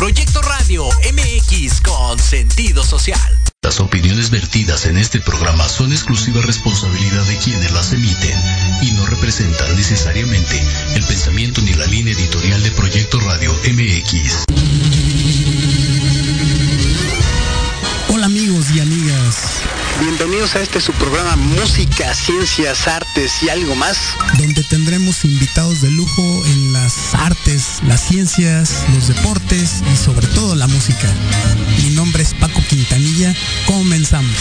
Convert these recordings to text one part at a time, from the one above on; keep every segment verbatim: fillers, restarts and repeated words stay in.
Proyecto Radio M X con sentido social. Las opiniones vertidas en este programa son exclusiva responsabilidad de quienes las emiten y no representan necesariamente el pensamiento ni la línea editorial de Proyecto Radio M X. Hola amigos y amigas. Bienvenidos a este su programa Música, Ciencias, Artes y algo más, donde tendremos invitados de lujo en las artes, las ciencias, los deportes y sobre todo la música. Mi nombre es Paco Quintanilla. Comenzamos.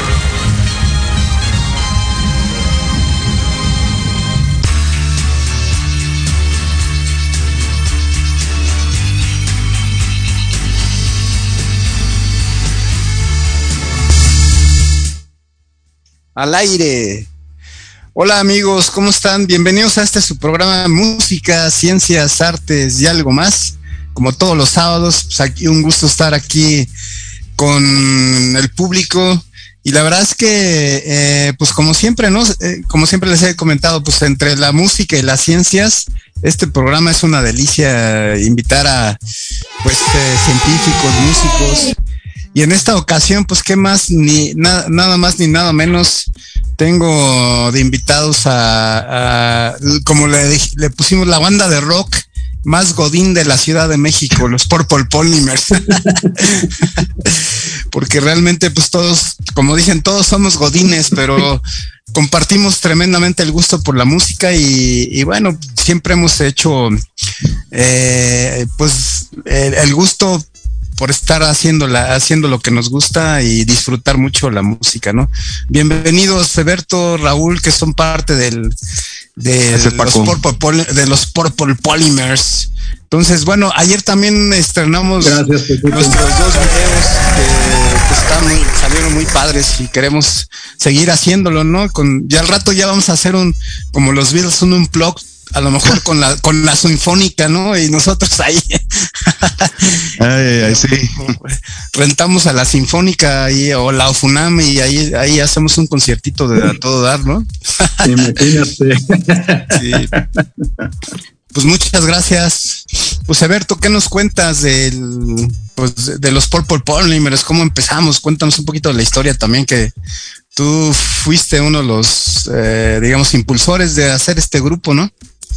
Al aire. Hola amigos, ¿cómo están? Bienvenidos a este su programa Música, Ciencias, Artes y algo más. Como todos los sábados, pues aquí un gusto estar aquí con el público. Y la verdad es que, eh, pues como siempre, ¿no? Eh, como siempre les he comentado, pues entre la música y las ciencias, este programa es una delicia invitar a, pues, eh, científicos, músicos. Y en esta ocasión, pues, ¿qué más? Ni na, nada más ni nada menos. Tengo de invitados a, a como le, le pusimos, la banda de rock más godín de la Ciudad de México, los Purple Polymers. Porque realmente, pues todos, como dicen, todos somos godines, pero compartimos tremendamente el gusto por la música y, y bueno, siempre hemos hecho, eh, pues, el, el gusto por estar haciendo, la, haciendo lo que nos gusta y disfrutar mucho la música, ¿no? Bienvenidos, Eberto, Raúl, que son parte del, de, los Purple, de los Purple Polymers. Entonces, bueno, ayer también estrenamos Gracias, nuestros dos videos que, que están muy, salieron muy padres y queremos seguir haciéndolo, ¿no? Con, ya al rato ya vamos a hacer un, como los Beatles, un unplug, a lo mejor con la con la sinfónica, ¿no? Y nosotros ahí ay, ay, sí. rentamos a la sinfónica ahí, o la OFUNAM, y ahí ahí hacemos un conciertito de a todo dar, ¿no? Imagínate. Sí. Pues muchas gracias. Pues Eberto, ¿qué nos cuentas del, pues, de los Purple Polymers? ¿Cómo empezamos? Cuéntanos un poquito de la historia también, que tú fuiste uno de los, eh, digamos, impulsores de hacer este grupo, ¿no?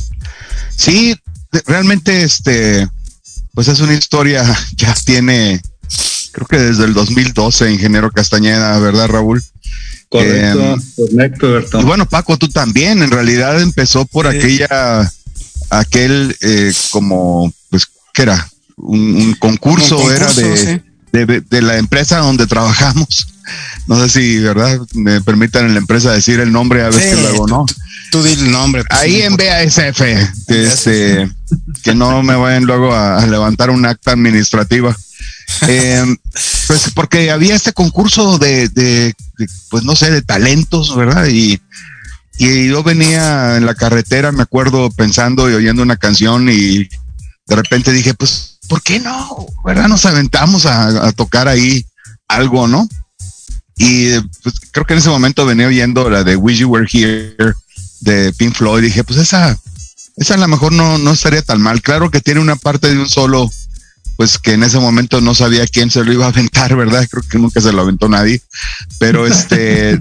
Sí, realmente este, pues es una historia, ya tiene, creo que desde el dos mil doce, Ingeniero Castañeda, ¿verdad, Raúl? Correcto, eh, correcto, Berto. Y bueno, Paco, tú también, en realidad empezó por sí. aquella, aquel, eh, como, pues, ¿qué era? Un, un, concurso, un concurso, era de, sí. de, de la empresa donde trabajamos. No sé si, ¿verdad? Me permitan en la empresa decir el nombre a ver sí, que luego, ¿no? Tú, tú di el nombre. Pues, ahí en B A S F, que, este, que no me vayan luego a, a levantar un acta administrativa. Eh, pues porque había este concurso de, de, de, pues no sé, de talentos, ¿verdad? Y, y yo venía en la carretera, me acuerdo, pensando y oyendo una canción y de repente dije, pues, ¿por qué no? ¿Verdad? Nos aventamos a, a tocar ahí algo, ¿no? Y pues creo que en ese momento venía oyendo la de Wish You Were Here de Pink Floyd. Dije, pues esa, esa a lo mejor no, no estaría tan mal. Claro que tiene una parte de un solo, pues que en ese momento no sabía quién se lo iba a aventar, ¿verdad? Creo que nunca se lo aventó nadie. Pero este,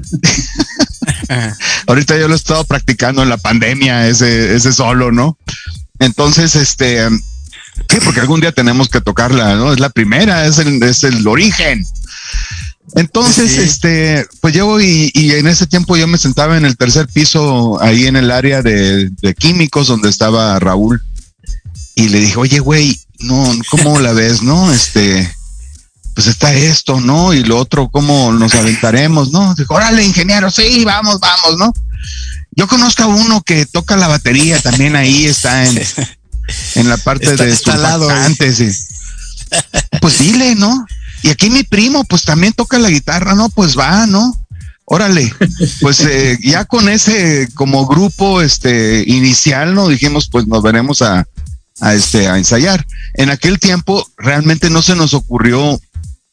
ahorita yo lo he estado practicando en la pandemia, ese, ese solo, ¿no? Entonces, este, sí, porque algún día tenemos que tocarla, ¿no? Es la primera, es el, es el origen. Entonces, sí. este, pues yo y, y en ese tiempo yo me sentaba en el tercer piso, ahí en el área de, de químicos donde estaba Raúl, y le dije, oye, güey, no, ¿cómo la ves, no? Este, pues está esto, ¿no? Y lo otro, ¿cómo nos aventaremos, no? Dijo, órale, ingeniero, sí, vamos, vamos, ¿no? Yo conozco a uno que toca la batería, también ahí está en, en la parte está, de está surfactantes, y, pues dile, ¿no? Y aquí mi primo, pues también toca la guitarra, ¿no? Pues va, ¿no? Órale. Pues eh, ya con ese como grupo este inicial, ¿no? Dijimos, pues nos veremos a, a este a ensayar. En aquel tiempo realmente no se nos ocurrió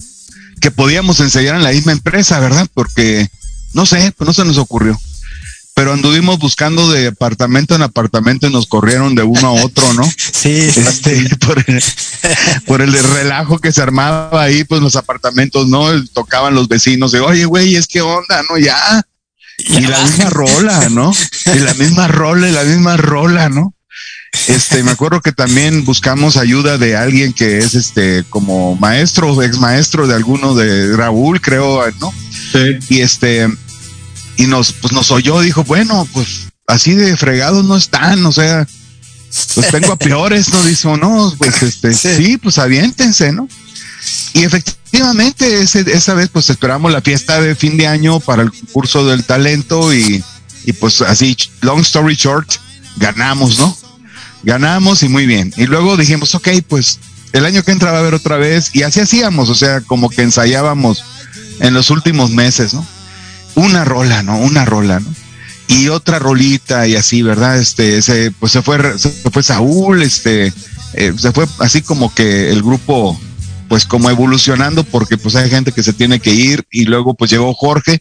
que podíamos ensayar en la misma empresa, ¿verdad? Porque, no sé, pues no se nos ocurrió. pero anduvimos buscando de apartamento en apartamento y nos corrieron de uno a otro, ¿no? Sí, este, por el, por el relajo que se armaba ahí, pues los apartamentos, ¿no? Tocaban los vecinos de, oye, güey, es que onda, ¿no? Ya. Y la misma rola, ¿no? Y la misma rola y la misma rola, ¿no? Este, me acuerdo que también buscamos ayuda de alguien que es este como maestro, ex maestro de alguno de Raúl, creo, ¿no? Sí. Y este, y nos, pues nos oyó, dijo, bueno, pues así de fregados no están, o sea, pues tengo a peores, ¿no? Dijo, no, pues este, sí, sí pues aviéntense, ¿no? Y efectivamente, ese, esa vez, pues esperamos la fiesta de fin de año para el concurso del talento y, y pues así, long story short, ganamos, ¿no? Ganamos y muy bien. Y luego dijimos, ok, pues el año que entra va a haber otra vez. Y así hacíamos, o sea, como que ensayábamos en los últimos meses, ¿no? Una rola, ¿no? Una rola, ¿no? Y otra rolita y así, ¿verdad? Este, se, pues se fue, se fue Saúl, este, eh, se fue así como que el grupo, pues como evolucionando, porque pues hay gente que se tiene que ir. Y luego pues llegó Jorge.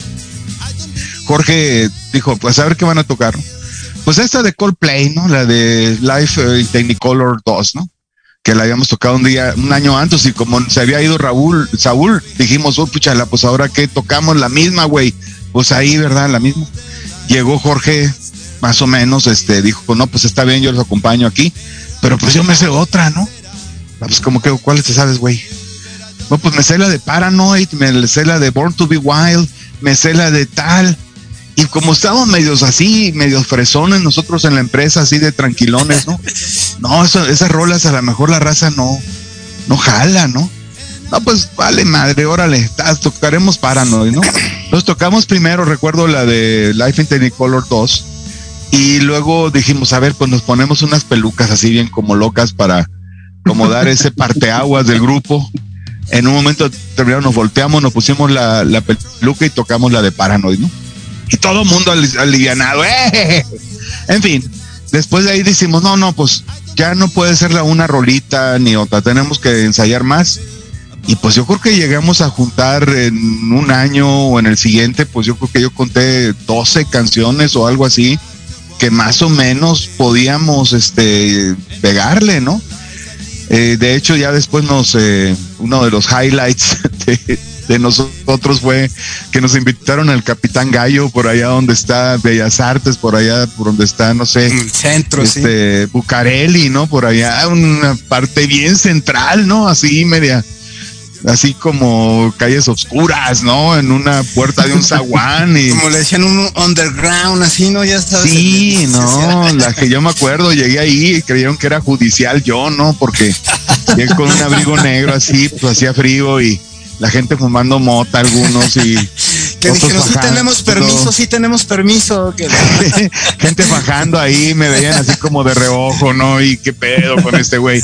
Jorge dijo, pues a ver qué van a tocar, ¿no? Pues esta de Coldplay, ¿no? La de Live in Technicolor dos, ¿no? Que la habíamos tocado un día, un año antes, y como se había ido Raúl, Saúl, dijimos, oh, pucha, pues ahora que tocamos la misma, güey. Pues ahí, ¿verdad? La misma. Llegó Jorge, más o menos, este, dijo, no, pues está bien, yo los acompaño aquí, pero pues yo me sé otra, ¿no? Pues como que, ¿cuáles te sabes, güey? No, pues me sé la de Paranoid, me sé la de Born to Be Wild, me sé la de tal. Y como estábamos medios así, medios fresones nosotros en la empresa, así de tranquilones, ¿no? No, eso, esas rolas a lo mejor la raza no, no jala, ¿no? No, pues vale madre, órale, tocaremos Paranoid, ¿no? Entonces tocamos primero, recuerdo la de Live in Technicolor dos, y luego dijimos, a ver, pues nos ponemos unas pelucas así bien como locas para como dar ese parteaguas del grupo. En un momento terminamos, nos volteamos, nos pusimos la, la peluca y tocamos la de Paranoid, ¿no? Y todo el mundo alivianado, ¡eh! En fin, después de ahí decimos, no, no, pues ya no puede ser la una rolita ni otra, tenemos que ensayar más. Y pues yo creo que llegamos a juntar en un año o en el siguiente, pues yo creo que yo conté doce canciones o algo así, que más o menos podíamos este pegarle, ¿no? Eh, de hecho, ya después nos, eh, uno de los highlights de, de nosotros fue que nos invitaron al Capitán Gallo, por allá donde está Bellas Artes, por allá por donde está, no sé, el centro, este, sí. Bucareli, ¿no? Por allá, una parte bien central, ¿no? Así media, así como calles oscuras, ¿no? En una puerta de un zaguán y como le decían, un underground, así, ¿no? Ya sabes. Sí, el, el, no, la que yo me acuerdo, llegué ahí y creyeron que era judicial yo, ¿no? Porque llegué con un abrigo negro así, pues hacía frío y la gente fumando mota algunos y que dijeron, sí tenemos permiso, sí tenemos permiso. Que... gente fajando ahí, me veían así como de reojo, ¿no? Y qué pedo con este güey.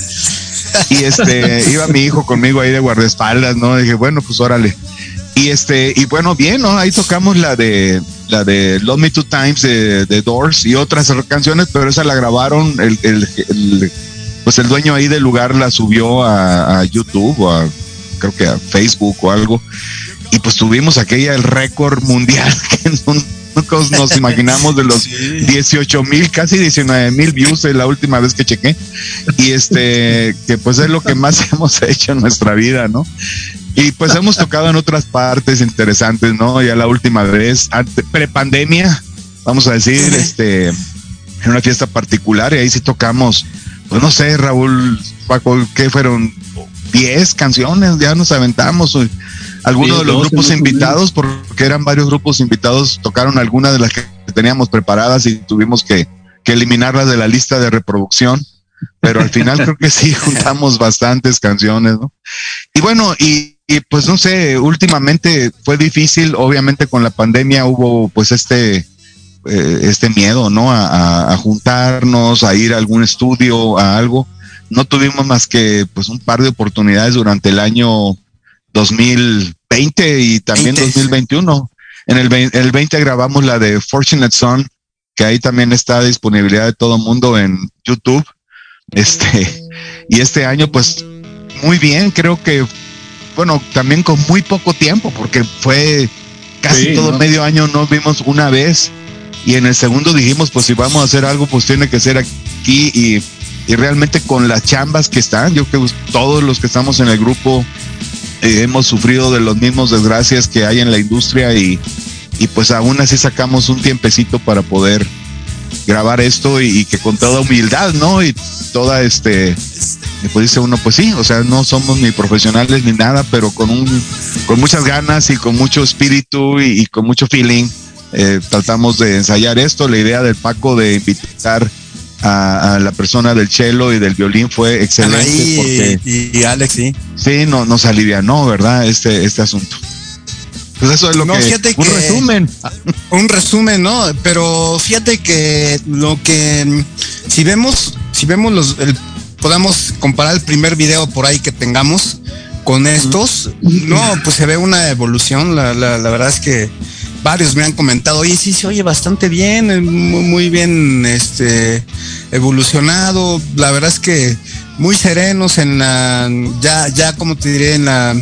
Y este, iba mi hijo conmigo ahí de guardaespaldas, ¿no? Dije, bueno, pues órale. Y este, y bueno, bien, ¿no? Ahí tocamos la de, la de Love Me Two Times de, de Doors y otras canciones, pero esa la grabaron, el, el, el pues el dueño ahí del lugar la subió a, a YouTube o a, creo que a Facebook o algo. Y pues tuvimos aquella, el récord mundial que no, nunca nos imaginamos de los dieciocho mil, casi diecinueve mil views de la última vez que chequé. Y este, que pues es lo que más hemos hecho en nuestra vida, ¿no? Y pues hemos tocado en otras partes interesantes, ¿no? Ya la última vez, ante, pre-pandemia, vamos a decir, este, en una fiesta particular, y ahí sí tocamos, pues no sé, Raúl, Paco, ¿qué fueron? diez canciones, ya nos aventamos. Algunos de los grupos invitados, porque eran varios grupos invitados, tocaron algunas de las que teníamos preparadas y tuvimos que, que eliminarlas de la lista de reproducción, pero al final creo que sí juntamos bastantes canciones, ¿no? Y bueno, y, y pues no sé, últimamente fue difícil, obviamente con la pandemia hubo pues este eh, este miedo, ¿no? A, a, a juntarnos, a ir a algún estudio, a algo. No tuvimos más que pues un par de oportunidades durante el año dos mil veinte y también veinte. dos mil veintiuno. En el, el veinte grabamos la de Fortunate Son, que ahí también está a disponibilidad de todo mundo en YouTube. Este, y este año pues muy bien, creo que, bueno, también con muy poco tiempo, porque fue casi sí, todo ¿no? medio año, nos vimos una vez. y en el segundo dijimos, pues si vamos a hacer algo, pues tiene que ser aquí, y, y realmente con las chambas que están, yo creo que todos los que estamos en el grupo eh, hemos sufrido de los mismos desgracias que hay en la industria, y, y pues aún así sacamos un tiempecito para poder grabar esto, y, y que con toda humildad, ¿no? Y toda este, y pues dice uno, pues sí, o sea, no somos ni profesionales ni nada, pero con un, con muchas ganas y con mucho espíritu y, y con mucho feeling, eh, tratamos de ensayar esto. La idea del Paco de invitar a, a la persona del cello y del violín fue excelente. Anaí porque y, y Alex, sí. Sí, no, nos alivianó, ¿verdad? Este, este asunto. Pues eso es lo no, que, fíjate un que, resumen. Un resumen, ¿no? Pero fíjate que lo que, si vemos, si vemos los, el, podamos comparar el primer video por ahí que tengamos con estos, no, pues se ve una evolución. La, la, la verdad es que varios me han comentado, oye, sí se oye bastante bien, muy, muy bien este evolucionado. La verdad es que muy serenos en la, ya, ya como te diré, en la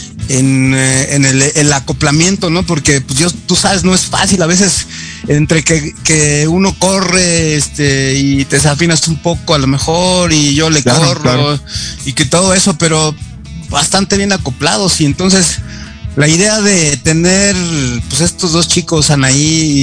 en, en el, el acoplamiento, ¿no? Porque pues yo, tú sabes, no es fácil a veces entre que, que uno corre este y te desafinas un poco a lo mejor y yo le claro, corro claro. y que todo eso, pero bastante bien acoplados. Y entonces la idea de tener pues estos dos chicos, Anaí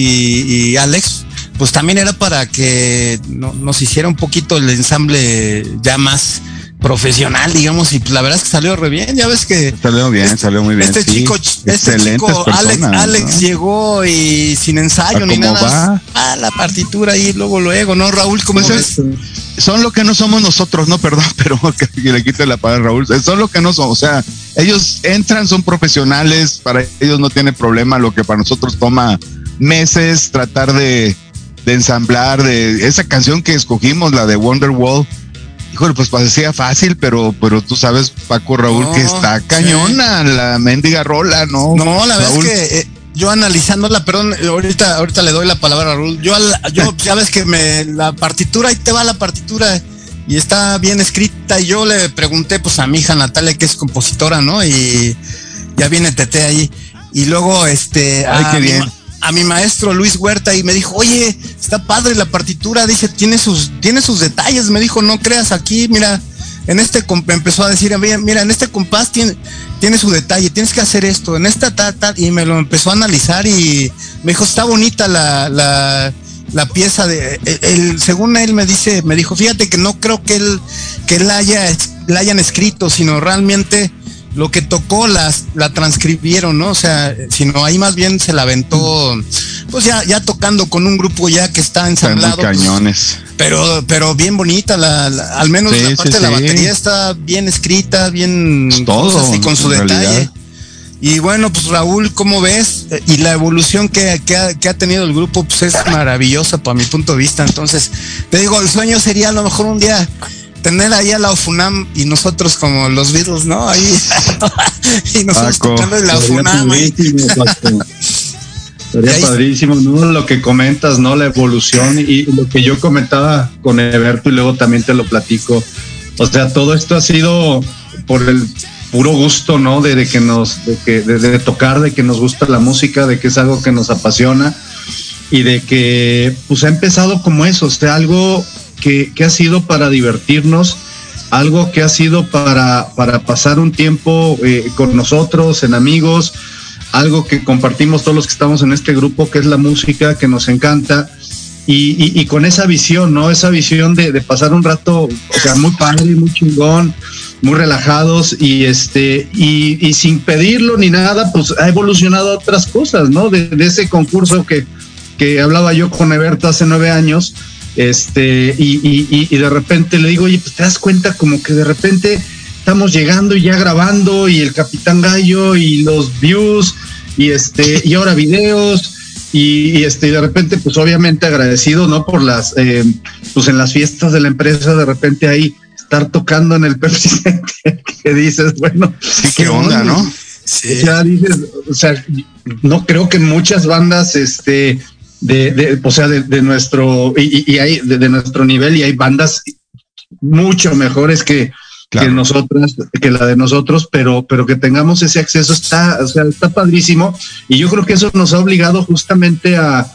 y, y Alex, pues también era para que no, nos hiciera un poquito el ensamble ya más profesional, digamos, y pues la verdad es que salió re bien. Ya ves que salió bien, este, salió muy bien. Este sí, chico, este chico personas, Alex, ¿no? Alex llegó y sin ensayo ni nada, a la partitura y luego luego, ¿no, Raúl? ¿Cómo pues es? Son lo que no somos nosotros, no, perdón, pero que, que le quite la palabra a Raúl. Son lo que no somos, o sea, ellos entran, son profesionales, para ellos no tiene problema. Lo que para nosotros toma meses tratar de, de ensamblar, de esa canción que escogimos, la de Wonderwall. Híjole, pues parecía fácil, pero pero tú sabes, Paco, Raúl, no, que está cañona, sí. La mendiga rola, ¿no? No, la verdad es que eh, yo analizándola, perdón, ahorita ahorita le doy la palabra a Raúl. Yo, yo ya ves que me la partitura, ahí te va la partitura y está bien escrita. Y yo le pregunté pues a mi hija Natalia, que es compositora, ¿no? Y ya viene Tete ahí. Y luego este Ay, qué bien. Mi, a mi maestro Luis Huerta y me dijo, oye, está padre la partitura, dice, tiene sus, tiene sus detalles, me dijo, no creas aquí, mira, en este, me empezó a decir, mira, en este compás tiene, tiene su detalle, tienes que hacer esto, en esta tal, tal, y me lo empezó a analizar y me dijo, está bonita la, la, la pieza de, el, el, según él me dice, me dijo, fíjate que no creo que él, que él haya, la hayan escrito, sino realmente lo que tocó las, la transcribieron, ¿no? O sea, sino ahí más bien se la aventó, pues ya, ya tocando con un grupo ya que está ensamblado. Están muy cañones. Pues, pero, pero bien bonita, la, la al menos sí, la parte sí, de la sí. batería está bien escrita, bien pues todo, así, con su detalle. Realidad. Y bueno, pues Raúl, ¿cómo ves? Y la evolución que, que, ha, que ha tenido el grupo, pues es maravillosa para mi punto de vista. Entonces, te digo, el sueño sería a lo mejor un día tener ahí a la UFUNAM y nosotros como los Beatles, ¿no? Ahí y nosotros Paco. Tocando en la UFUNAM. Sería ahí... padrísimo, ¿no? Lo que comentas, ¿no? La evolución y lo que yo comentaba con Eberto y luego también te lo platico. O sea, todo esto ha sido por el puro gusto, ¿no? De, de que nos, de que, de, de tocar, de que nos gusta la música, de que es algo que nos apasiona y de que, pues ha empezado como eso, o sea, algo Que, que ha sido para divertirnos, algo que ha sido para, para pasar un tiempo eh, con nosotros, en amigos, algo que compartimos todos los que estamos en este grupo, que es la música, que nos encanta, y, y, y con esa visión, ¿no? Esa visión de, de pasar un rato, o sea, muy padre, muy chingón, muy relajados, y este, y, y sin pedirlo ni nada, pues ha evolucionado a otras cosas, ¿no? De, de ese concurso que, que hablaba yo con Eberto hace nueve años, Este, y, y, y de repente le digo, oye, pues te das cuenta como que de repente estamos llegando y ya grabando y el Capitán Gallo y los views y este, y ahora videos y, y este, y de repente pues obviamente agradecido, ¿no? Por las, eh, pues en las fiestas de la empresa de repente ahí estar tocando en el Pepsi Center, que dices, bueno. Sí, qué onda, ¿no? Sí. Ya dices, o sea, no creo que muchas bandas, este, de, de o sea, de, de nuestro y, y hay de, de nuestro nivel y hay bandas mucho mejores que, claro. que nosotras, que la de nosotros, pero, pero que tengamos ese acceso está, o sea, está padrísimo y yo creo que eso nos ha obligado justamente a,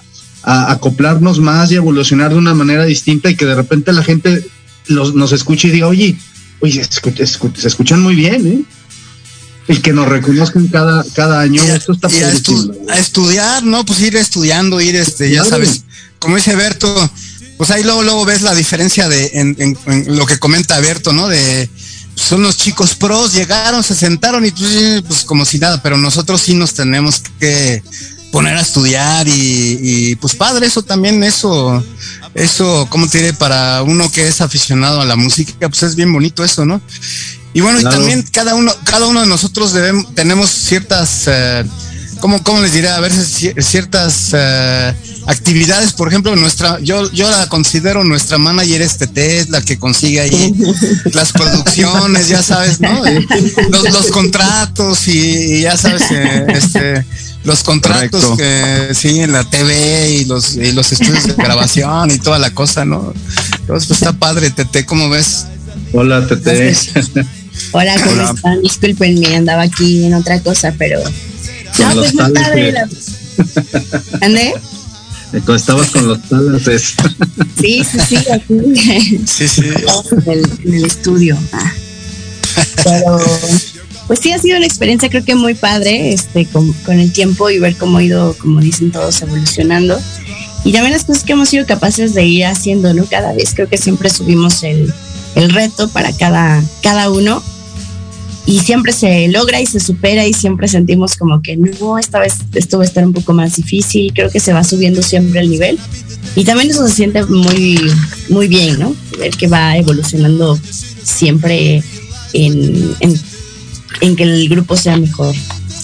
a acoplarnos más y evolucionar de una manera distinta, y que de repente la gente los, nos escuche y diga, oye, oye, escu- escu- se escuchan muy bien, ¿eh? Y que nos reconozcan cada, cada año. Y a, Esto está y a, estu- a estudiar, ¿no? Pues ir estudiando, ir, este, ya Claro. sabes, como dice Berto, pues ahí luego, luego ves la diferencia de en, en, en lo que comenta Berto, ¿no? De son los chicos pros, llegaron, se sentaron y pues, pues como si nada, pero nosotros sí nos tenemos que poner a estudiar y, y pues padre, eso también, eso, eso, ¿cómo te diré? Para uno que es aficionado a la música, pues es bien bonito eso, ¿no? Y bueno, claro. Y también cada uno, cada uno de nosotros debemos, tenemos ciertas, eh, ¿cómo, cómo les diré? A veces ciertas eh, actividades, por ejemplo, nuestra, yo, yo la considero nuestra manager es Tete, es la que consigue ahí las producciones, ya sabes, ¿no? Los, los contratos y, y ya sabes, eh, este, los contratos Correcto. que sí en la T V y los, y los estudios de grabación y toda la cosa, ¿no? Entonces, pues está padre, Tete, ¿cómo ves? Hola, Tete. Hola, ¿cómo Hola. están? Disculpenme, andaba aquí en otra cosa, pero con no, pues muy padre. La... ¿Andé? Estabas con los talantes. Sí, sí, sí, aquí. Sí, sí. En el, en el estudio. Ah. Pero, pues sí, ha sido una experiencia creo que muy padre, este, con, con el tiempo y ver cómo ha ido, como dicen todos, evolucionando. Y también las cosas que hemos sido capaces de ir haciendo, ¿no? Cada vez creo que siempre subimos el el reto para cada, cada uno y siempre se logra y se supera y siempre sentimos como que no, esta vez esto va a estar un poco más difícil, creo que se va subiendo siempre el nivel y también eso se siente muy, muy bien, ¿no? Ver que va evolucionando siempre en, en, en que el grupo sea mejor.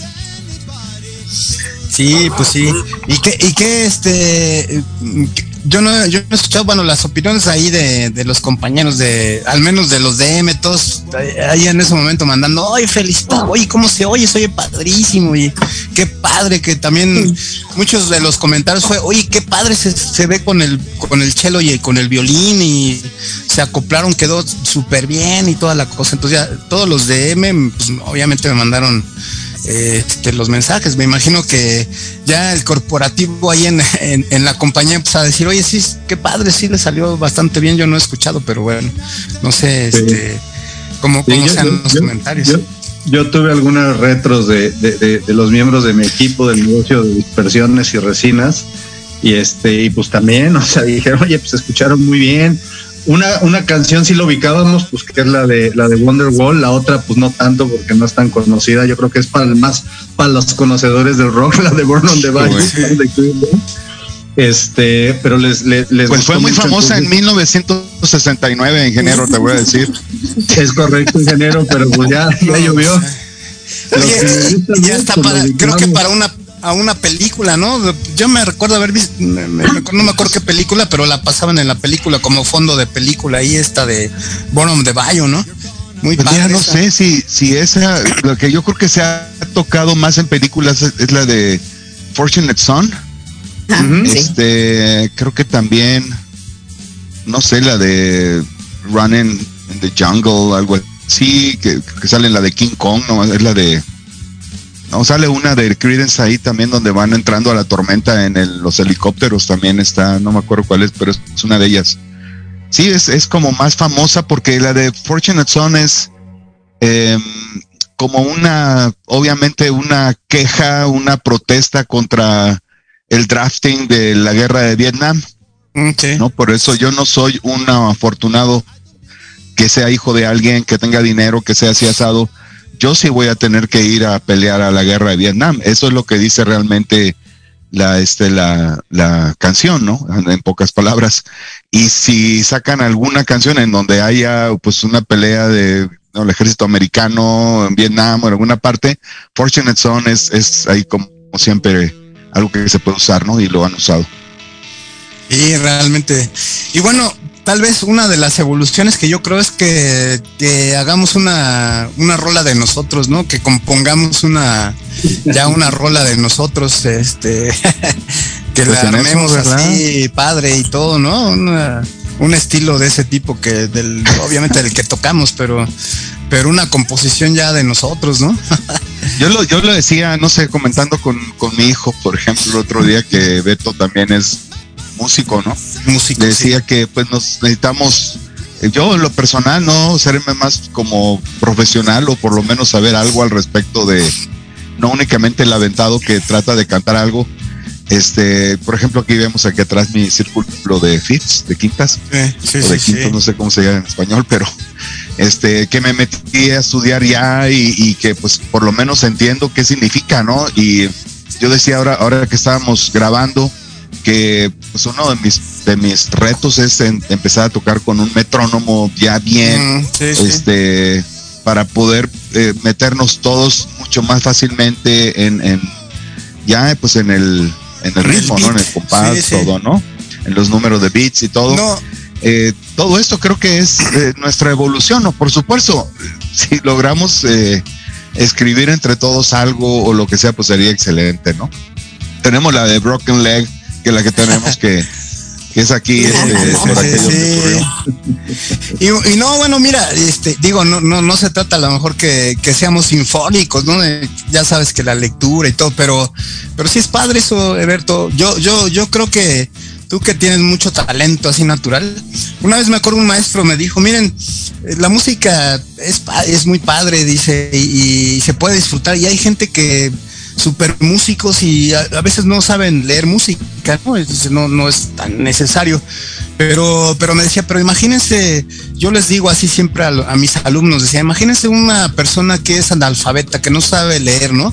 Sí, pues sí. Y que, y que este, yo no, yo no he escuchado, bueno, las opiniones ahí de, de los compañeros de, al menos de los D M, todos ahí en ese momento mandando, oye, felicitado, oye, ¿cómo se oye? Se oye padrísimo y qué padre que también muchos de los comentarios fue, oye, qué padre se, se ve con el, con el cello y con el violín y se acoplaron, quedó súper bien y toda la cosa. Entonces ya todos los D M, pues obviamente me mandaron Este, los mensajes. Me imagino que ya el corporativo ahí en, en, en la compañía pues a decir, oye, sí, qué padre, sí le salió bastante bien. Yo no he escuchado, pero bueno, no sé, este, sí. cómo, cómo sí, sean yo, los yo, comentarios. Yo, yo tuve algunas retros de, de, de, de los miembros de mi equipo del negocio de dispersiones y resinas, y este, y pues también, o sea, dijeron, oye, pues escucharon muy bien. Una, una canción sí lo ubicábamos, pues que es la de la de Wonderwall, la otra pues no tanto porque no es tan conocida, yo creo que es para el más para los conocedores del rock, la de Born on the Bayou, sí. Este, pero les, les, les pues fue muy famosa en mil novecientos sesenta y nueve, ingeniero, te voy a decir. Es correcto, ingeniero, pero pues ya, ya llovió. Oye, ya está para, creo que para una a una película, ¿no? Yo me recuerdo haber visto, me, me, no me acuerdo qué película, pero la pasaban en la película como fondo de película, ahí esta de Born on the Bayou, ¿no? Muy pues padre. Ya no sé si, si esa, lo que yo creo que se ha tocado más en películas es, es la de Fortunate Son. Ah, este, sí. Creo que también, no sé, la de Running in the Jungle, algo así, que, que sale en la de King Kong, no, es la de No, sale una de Creedence ahí también donde van entrando a la tormenta en el, los helicópteros, también está, no me acuerdo cuál es, pero es una de ellas. Sí, es, es como más famosa porque la de Fortunate Son es eh, como una, obviamente una queja, una protesta contra el drafting de la guerra de Vietnam. Okay. ¿No? Por eso yo no soy un afortunado que sea hijo de alguien, que tenga dinero, que sea así asado. Yo sí voy a tener que ir a pelear a la guerra de Vietnam. Eso es lo que dice realmente la, este, la, la canción, ¿no? En pocas palabras. Y si sacan alguna canción en donde haya pues una pelea de ¿no? el ejército americano en Vietnam o en alguna parte, Fortunate Son es, es ahí como siempre algo que se puede usar, ¿no? Y lo han usado. Sí, realmente. Y bueno, tal vez una de las evoluciones que yo creo es que, que hagamos una, una rola de nosotros, ¿no? Que compongamos una, ya una rola de nosotros, este, que pues la armemos eso, así, padre y todo, ¿no? Una, un estilo de ese tipo que del, obviamente del que tocamos, pero, pero una composición ya de nosotros, ¿no? Yo lo, yo lo decía, no sé, comentando con, con mi hijo, por ejemplo, el otro día que Beto también es músico, ¿no? Músico. Decía sí. que pues nos necesitamos, yo en lo personal, no serme más como profesional o por lo menos saber algo al respecto de, no únicamente el aventado que trata de cantar algo. Este, por ejemplo, aquí vemos aquí atrás mi círculo de fifths, de quintas, Eh, sí, o de sí, quintos, sí. no sé cómo se llama en español, pero este, que me metí a estudiar ya y, y que pues por lo menos entiendo qué significa, ¿no? Y yo decía ahora, ahora que estábamos grabando, que pues uno de mis, de mis retos es en, empezar a tocar con un metrónomo ya bien, Mm, sí, sí. este, para poder eh, meternos todos mucho más fácilmente en, en ya pues en el en el En el ritmo, ¿no? En el beat. compás, Sí, sí. todo, ¿no? En los números de beats y todo. No, Eh, todo esto creo que es eh, nuestra evolución, ¿no? Por supuesto, si logramos eh, escribir entre todos algo o lo que sea, pues sería excelente, ¿no? Tenemos la de Broken Leg, que es la que tenemos que, que es aquí, este, por Sí, aquello que sí. ocurrió. Y, y no, bueno, mira, este, digo, no, no, no se trata a lo mejor que, que seamos sinfónicos, ¿no? Eh, ya sabes que la lectura y todo, pero, pero sí es padre eso, Eberto. Yo, yo, yo creo que tú que tienes mucho talento así natural. Una vez me acuerdo un maestro me dijo, miren, eh, la música es, pa- es muy padre, dice, y, y se puede disfrutar. Y hay gente que super músicos y a, a veces no saben leer música, ¿no? Es, no, no es tan necesario. Pero, pero me decía, pero imagínense, yo les digo así siempre a, a mis alumnos, decía, imagínense una persona que es analfabeta, que no sabe leer, ¿no?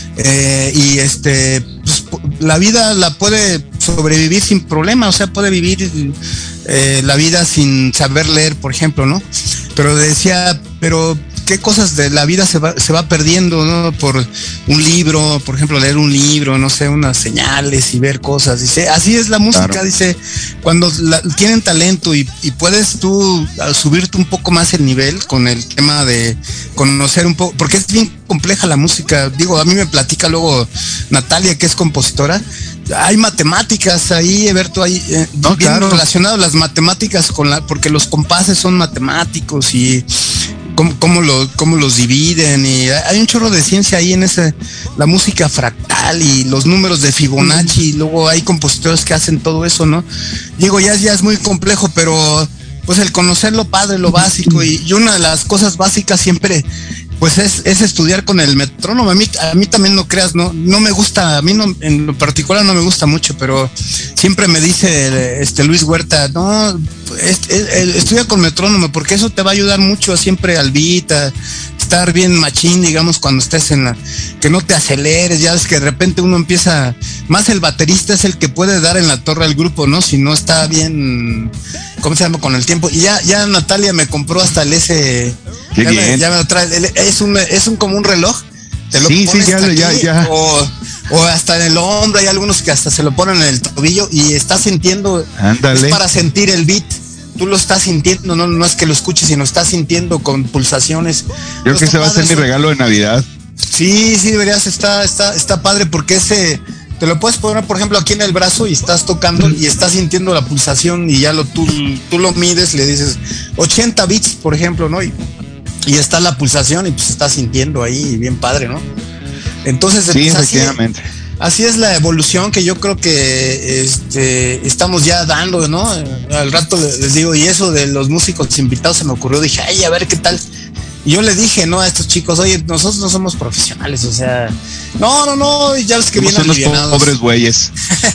Eh, y este, pues, la vida la puede sobrevivir sin problema, o sea, puede vivir eh, la vida sin saber leer, por ejemplo, ¿no? Pero decía, pero qué cosas de la vida se va, se va perdiendo, ¿no? Por un libro, por ejemplo, leer un libro, no sé, unas señales y ver cosas. Dice, así es la música, claro. Dice, cuando la, tienen talento y, y puedes tú subirte un poco más el nivel con el tema de conocer un poco, porque es bien compleja la música. Digo, a mí me platica luego Natalia, que es compositora. Hay matemáticas ahí, Eberto, hay eh, no, bien claro. relacionado las matemáticas con la, porque los compases son matemáticos y cómo, cómo, lo, cómo los dividen, y hay un chorro de ciencia ahí en ese, la música fractal y los números de Fibonacci, mm. y luego hay compositores que hacen todo eso, ¿no? Digo, ya, ya es muy complejo, pero pues el conocer lo padre, lo básico, y, y una de las cosas básicas siempre pues es, es estudiar con el metrónomo. A mí, a mí también no creas, no, no me gusta, a mí no, en lo particular no me gusta mucho, pero siempre me dice este Luis Huerta, no, es, es, estudia con metrónomo, porque eso te va a ayudar mucho siempre al beat, a estar bien machín, digamos, cuando estés en la, que no te aceleres, ya ves que de repente uno empieza, más el baterista es el que puede dar en la torre al grupo, ¿no? Si no está bien, ¿cómo se llama? Con el tiempo. Y ya, ya Natalia me compró hasta el ese, Qué ya, bien. me, ya me lo trae, es un, es un como un reloj, te lo sí, pones sí, ya, aquí, ya, ya. O, o hasta en el hombro, hay algunos que hasta se lo ponen en el tobillo y estás sintiendo, ándale, es para sentir el beat. Tú lo estás sintiendo, no, no es que lo escuches, sino estás sintiendo con pulsaciones. Yo creo que ese va a ser mi regalo de Navidad. Sí, sí, deberías, está, está, está padre, porque ese te lo puedes poner, por ejemplo, aquí en el brazo y estás tocando y estás sintiendo la pulsación y ya lo tú, tú lo mides, le dices ochenta bits, por ejemplo, ¿no? Y, y está la pulsación y pues estás sintiendo ahí, bien padre, ¿no? Entonces, sí, pues, efectivamente. Así, Así es la evolución que yo creo que este, estamos ya dando, ¿no? Al rato les digo, y eso de los músicos invitados se me ocurrió, dije, ay, a ver qué tal. Y yo le dije, ¿no? A estos chicos, oye, nosotros no somos profesionales, o sea, no, no, no, ya ves que vienen alivianados. Pobres güeyes.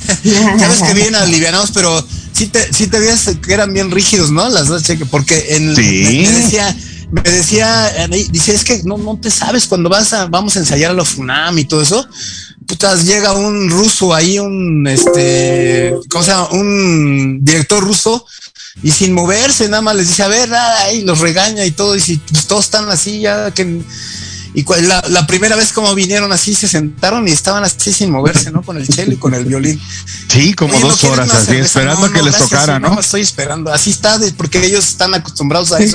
Ya ves que vienen alivianados, pero sí te, sí te veías que eran bien rígidos, ¿no? Las dos, porque en, sí. me, me decía, me decía, dice, es que no, no te sabes cuando vas a, vamos a ensayar a la FUNAM y todo eso. Putas, llega un ruso ahí, un este, ¿cómo se llama? Un director ruso, y sin moverse, nada más les dice, a ver, nada, y los regaña y todo, y si pues, todos están así, ya que. Y la, la primera vez como vinieron así, se sentaron y estaban así sin moverse, ¿no? Con el cello y con el violín. Sí, como Oye, dos ¿no horas así, cerveza? esperando no, no, que les gracias, tocara, ¿no? No, estoy esperando, así está, porque ellos están acostumbrados a eso.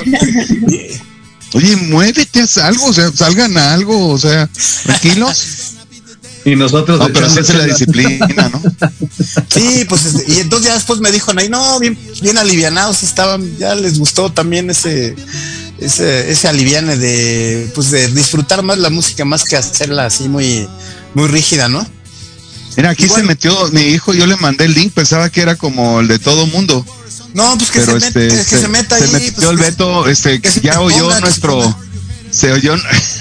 Oye, muévete, haz algo, o sea, salgan a algo, o sea, tranquilos. Y nosotros no, pero es la disciplina, ¿no? Sí, pues y entonces ya después me dijo, no, bien, bien alivianados estaban, ya les gustó también ese, ese, ese aliviane de, pues de disfrutar más la música más que hacerla así muy, muy rígida, ¿no? Mira, aquí bueno, se metió mi hijo, yo le mandé el link, pensaba que era como el de todo mundo. No, pues que, pero se, este, met, que se, se meta ahí. Se metió pues, el Beto, este, que ya oyó ponga, nuestro, se oyó,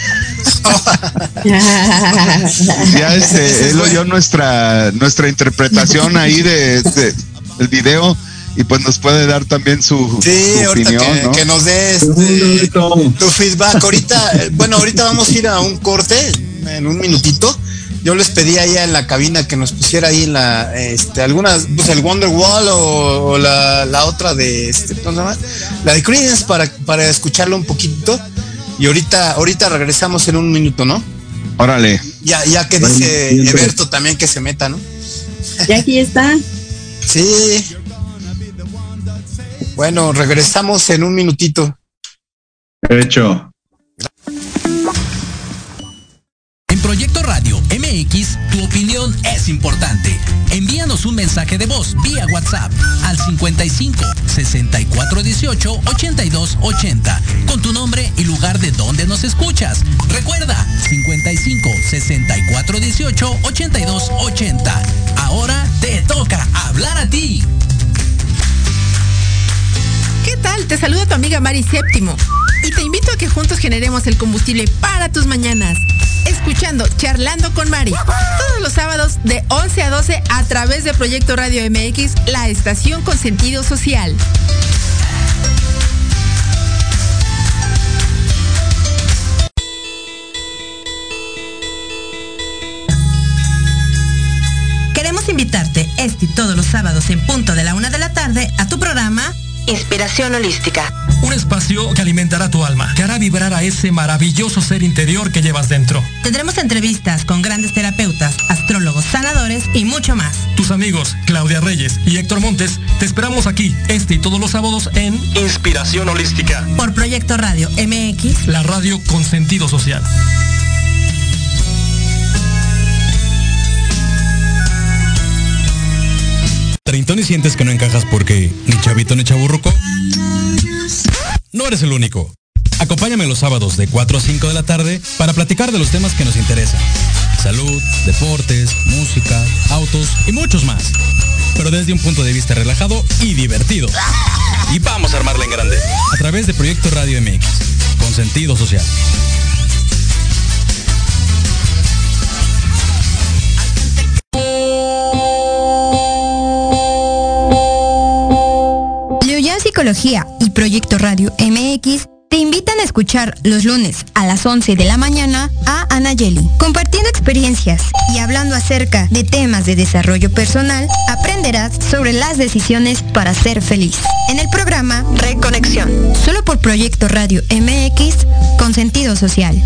ya este, él oyó nuestra, nuestra interpretación ahí de, de el video. Y pues nos puede dar también su, sí, su ahorita opinión, que, ¿no? que nos dé este, tu feedback. Ahorita, bueno, ahorita vamos a ir a un corte en un minutito. Yo les pedí allá en la cabina que nos pusiera ahí en la, este, algunas, pues el Wonderwall o, o la, la otra de, este, ¿cómo se llama? La de Creedence para, para escucharlo un poquito. Y ahorita, ahorita regresamos en un minuto, ¿no? Órale. Ya, ya que dice Eberto también que se meta, ¿no? Ya aquí está. Sí. Bueno, regresamos en un minutito. Hecho. En Proyecto Radio M X, tu opinión es importante. Envíanos un mensaje de voz vía WhatsApp al cincuenta y cinco, sesenta y cuatro dieciocho, ochenta y dos ochenta con tu nombre y lugar de donde nos escuchas. Recuerda, cincuenta y cinco, sesenta y cuatro dieciocho, ochenta y dos ochenta. Ahora te toca hablar a ti. ¿Qué tal? Te saluda tu amiga Mari Séptimo y te invito a que juntos generemos el combustible para tus mañanas. Escuchando Charlando con Mari, todos los sábados de once a doce a través de Proyecto Radio M X, la estación con sentido social. Queremos invitarte este y todos los sábados en punto de la una de la tarde a tu programa Inspiración Holística. Un espacio que alimentará tu alma, que hará vibrar a ese maravilloso ser interior que llevas dentro. Tendremos entrevistas con grandes terapeutas, astrólogos, sanadores y mucho más. Tus amigos Claudia Reyes y Héctor Montes te esperamos aquí este y todos los sábados en Inspiración Holística. Por Proyecto Radio M X, la radio con sentido social. ¿Treintón y sientes que no encajas porque ni chavito ni chaburruco? No eres el único. Acompáñame los sábados de cuatro a cinco de la tarde para platicar de los temas que nos interesan. Salud, deportes, música, autos y muchos más. Pero desde un punto de vista relajado y divertido. Y vamos a armarla en grande. A través de Proyecto Radio M X, con sentido social. Psicología y Proyecto Radio M X te invitan a escuchar los lunes a las once de la mañana a Anayeli, compartiendo experiencias y hablando acerca de temas de desarrollo personal. Aprenderás sobre las decisiones para ser feliz en el programa Reconexión, solo por Proyecto Radio M X con sentido social.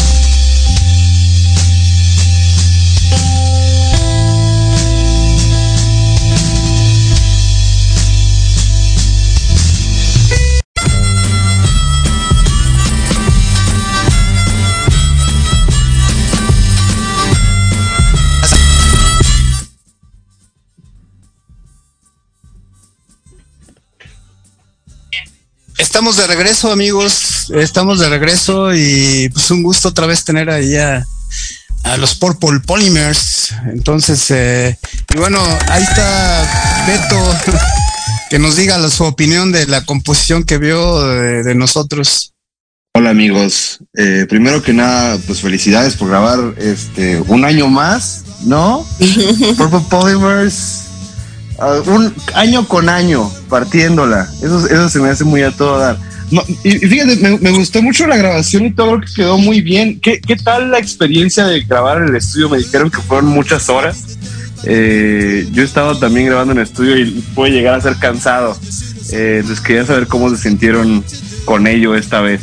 Estamos de regreso, amigos, estamos de regreso y pues un gusto otra vez tener ahí a, a los Purple Polymers. Entonces, eh, y bueno, ahí está Beto, que nos diga la, su opinión de la composición que vio de, de nosotros. Hola amigos, eh, primero que nada, pues felicidades por grabar este un año más, ¿no? Purple Polymers. Uh, un año con año partiéndola, eso, eso se me hace muy a todo dar. No, y, y fíjate, me, me gustó mucho la grabación y todo lo que quedó muy bien. ¿Qué, qué tal la experiencia de grabar en el estudio? Me dijeron que fueron muchas horas. Eh, yo he estado también grabando en el estudio y puede llegar a ser cansado. Eh, entonces quería saber cómo se sintieron con ello esta vez.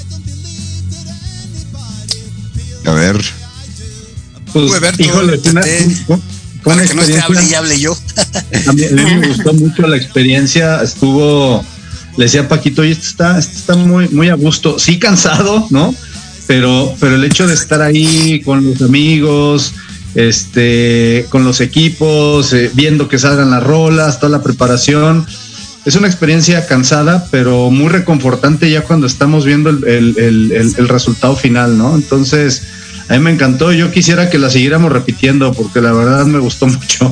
A ver. Pues, Roberto, híjole, una, para que no esté hable y hable yo. A mí, a mí me gustó mucho la experiencia, estuvo, le decía a Paquito, oye, esto está, esto está muy, muy a gusto, sí cansado, ¿no? Pero, pero el hecho de estar ahí con los amigos, este, con los equipos, eh, viendo que salgan las rolas, toda la preparación, es una experiencia cansada, pero muy reconfortante ya cuando estamos viendo el, el, el, el, el resultado final, ¿no? Entonces, a mí me encantó. Yo quisiera que la siguiéramos repitiendo porque la verdad me gustó mucho.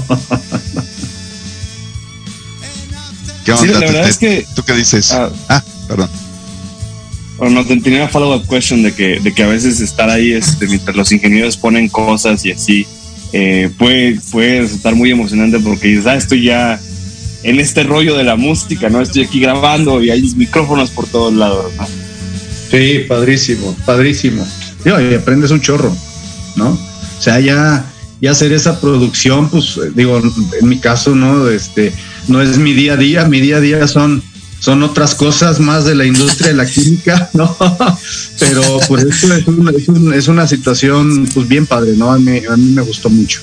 ¿Qué onda? Sí, la verdad es que, ¿tú qué dices? Uh, ah, perdón. Bueno, no, tenía una follow-up question de que, de que a veces estar ahí este, mientras los ingenieros ponen cosas y así eh, puede, puede resultar muy emocionante porque dices, ah, estoy ya en este rollo de la música, ¿no? Estoy aquí grabando y hay micrófonos por todos lados, ¿no? Sí, padrísimo, padrísimo. Digo, y aprendes un chorro, ¿no? O sea, ya, ya hacer esa producción, pues, digo, en mi caso, ¿no? Este, no es mi día a día, mi día a día son, son otras cosas más de la industria de la química, ¿no? Pero pues esto es, un, es, un, es una situación, pues, bien padre, ¿no? A mí, a mí me gustó mucho.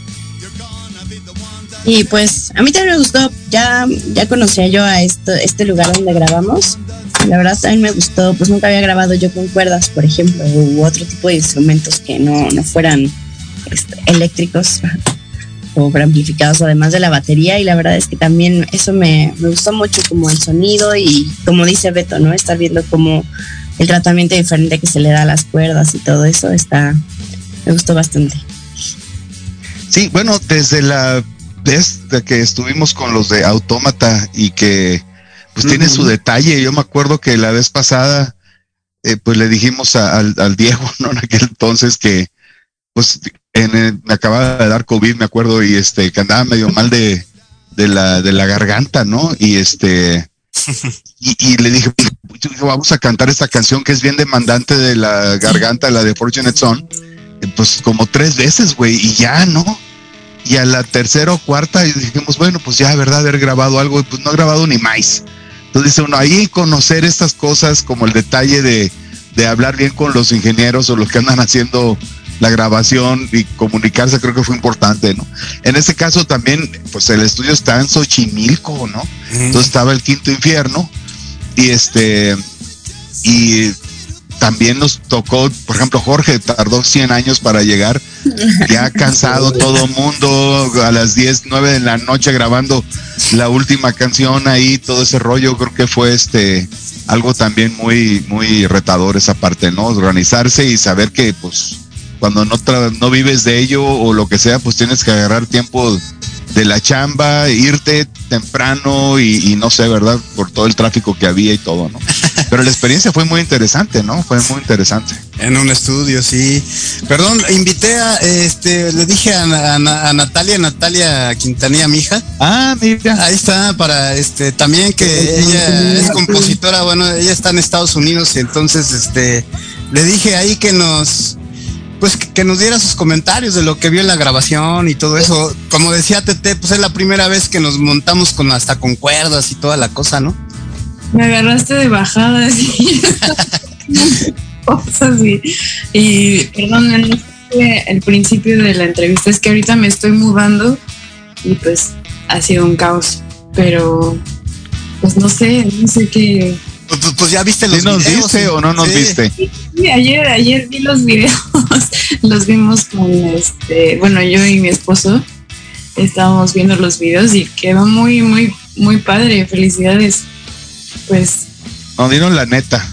Y pues a mí también me gustó, ya, ya conocía yo a esto, este lugar donde grabamos. La verdad también me gustó, pues nunca había grabado yo con cuerdas, por ejemplo, u otro tipo de instrumentos que no, no fueran este, eléctricos o amplificados, además de la batería, y la verdad es que también eso me, me gustó mucho, como el sonido y como dice Beto, ¿no? Estar viendo como el tratamiento diferente que se le da a las cuerdas y todo eso, está, me gustó bastante. Sí, bueno, desde la desde que estuvimos con los de Autómata y que pues uh-huh. tiene su detalle. Yo me acuerdo que la vez pasada eh, pues le dijimos a, al, al Diego, ¿no? En aquel entonces que pues en el, me acababa de dar COVID, me acuerdo, y este que andaba medio mal de, de la de la garganta, ¿no? Y este y, y le dije, vamos a cantar esta canción que es bien demandante de la garganta, la de Fortunate Son, pues como tres veces, güey, y ya, ¿no? Y a la tercera o cuarta y dijimos, bueno, pues ya, ¿verdad? Haber grabado algo, y pues no he grabado ni más. Entonces dice uno, ahí conocer estas cosas como el detalle de, de hablar bien con los ingenieros o los que andan haciendo la grabación y comunicarse, creo que fue importante, ¿no? En este caso también, pues el estudio está en Xochimilco, ¿no? Mm. Entonces estaba el Quinto Infierno y este, y también nos tocó, por ejemplo, Jorge tardó cien años para llegar, ya cansado todo mundo, a las diez, nueve de la noche grabando la última canción ahí, todo ese rollo. Creo que fue este algo también muy, muy retador esa parte, ¿no? Organizarse y saber que pues cuando no, tra- no vives de ello o lo que sea, pues tienes que agarrar tiempo de la chamba, irte temprano y, y no sé, ¿verdad? Por todo el tráfico que había y todo, ¿no? Pero la experiencia fue muy interesante, ¿no? Fue muy interesante. En un estudio, sí. Perdón, invité a, este, le dije a, a, a Natalia, Natalia Quintanilla, mi hija. Ah, mira. Ahí está, para, este, también que ella es compositora, bueno, ella está en Estados Unidos y entonces, este, le dije ahí que nos... pues que, que nos diera sus comentarios de lo que vio en la grabación y todo eso. Como decía Tete, pues es la primera vez que nos montamos con hasta con cuerdas y toda la cosa, ¿no? Me agarraste de bajadas y cosas y, y perdón, no fue el principio de la entrevista, es que ahorita me estoy mudando y pues ha sido un caos, pero pues no sé, no sé qué. Pues, pues, pues ya viste los ¿Sí nos videos, viste o no nos sí. viste? Sí, sí, ayer, ayer vi los videos, los vimos con este, bueno, yo y mi esposo estábamos viendo los videos y quedó muy, muy, muy padre, felicidades. Pues nos dieron la neta.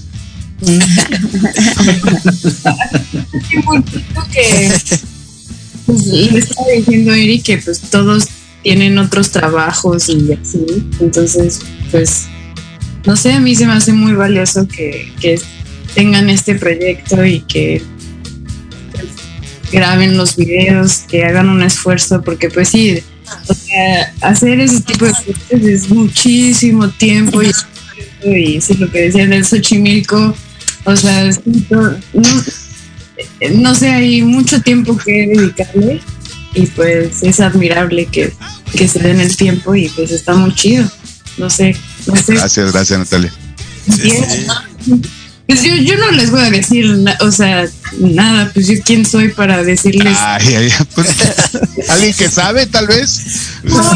que pues, le estaba diciendo a Eric que pues todos tienen otros trabajos y así, entonces pues no sé, a mí se me hace muy valioso que, que tengan este proyecto y que pues, graben los videos, que hagan un esfuerzo, porque pues sí, o sea, hacer ese tipo de cosas es muchísimo tiempo y y sí, lo que decía del Xochimilco, o sea, no, no sé, hay mucho tiempo que dedicarle y pues es admirable que, que se den el tiempo y pues está muy chido, no sé, no sé. Gracias, gracias Natalia. Sí, sí. Pues yo, yo no les voy a decir, o sea, nada, pues yo quién soy para decirles. Ay, ay, pues, alguien que sabe, tal vez. No,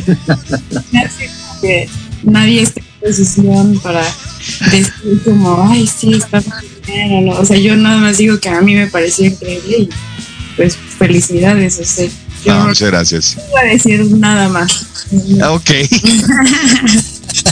que nadie está en posición para decir como, ay, sí, está bien, o no. O sea, yo nada más digo que a mí me pareció increíble y pues felicidades, o sea. Yo no, muchas gracias. No voy a decir nada más. Ok.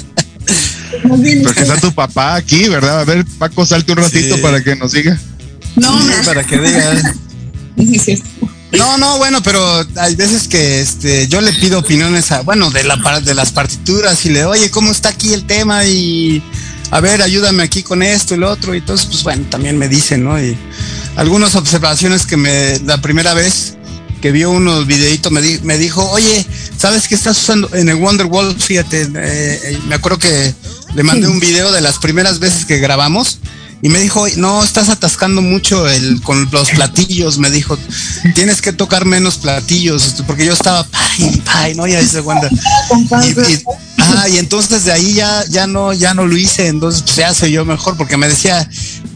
Porque está tu papá aquí, ¿verdad? A ver, Paco, salte un ratito sí. para que nos siga. No, sí, para que digas. No, no, bueno, pero hay veces que este yo le pido opiniones a, bueno, de la de las partituras y le, oye, ¿cómo está aquí el tema? Y a ver, ayúdame aquí con esto y lo otro. Y entonces, pues bueno, también me dicen, ¿no? Y algunas observaciones que me, la primera vez que vio unos videitos me, di, me dijo, oye, ¿sabes qué estás usando en el Wonderwall? Fíjate, eh, me acuerdo que le mandé un video de las primeras veces que grabamos y me dijo, no, estás atascando mucho el con los platillos, me dijo, tienes que tocar menos platillos, porque yo estaba, pay, pay, no, ya dice Wanda. Y, y, ah, y entonces de ahí ya, ya no, ya no lo hice, entonces pues ya sé yo mejor, porque me decía,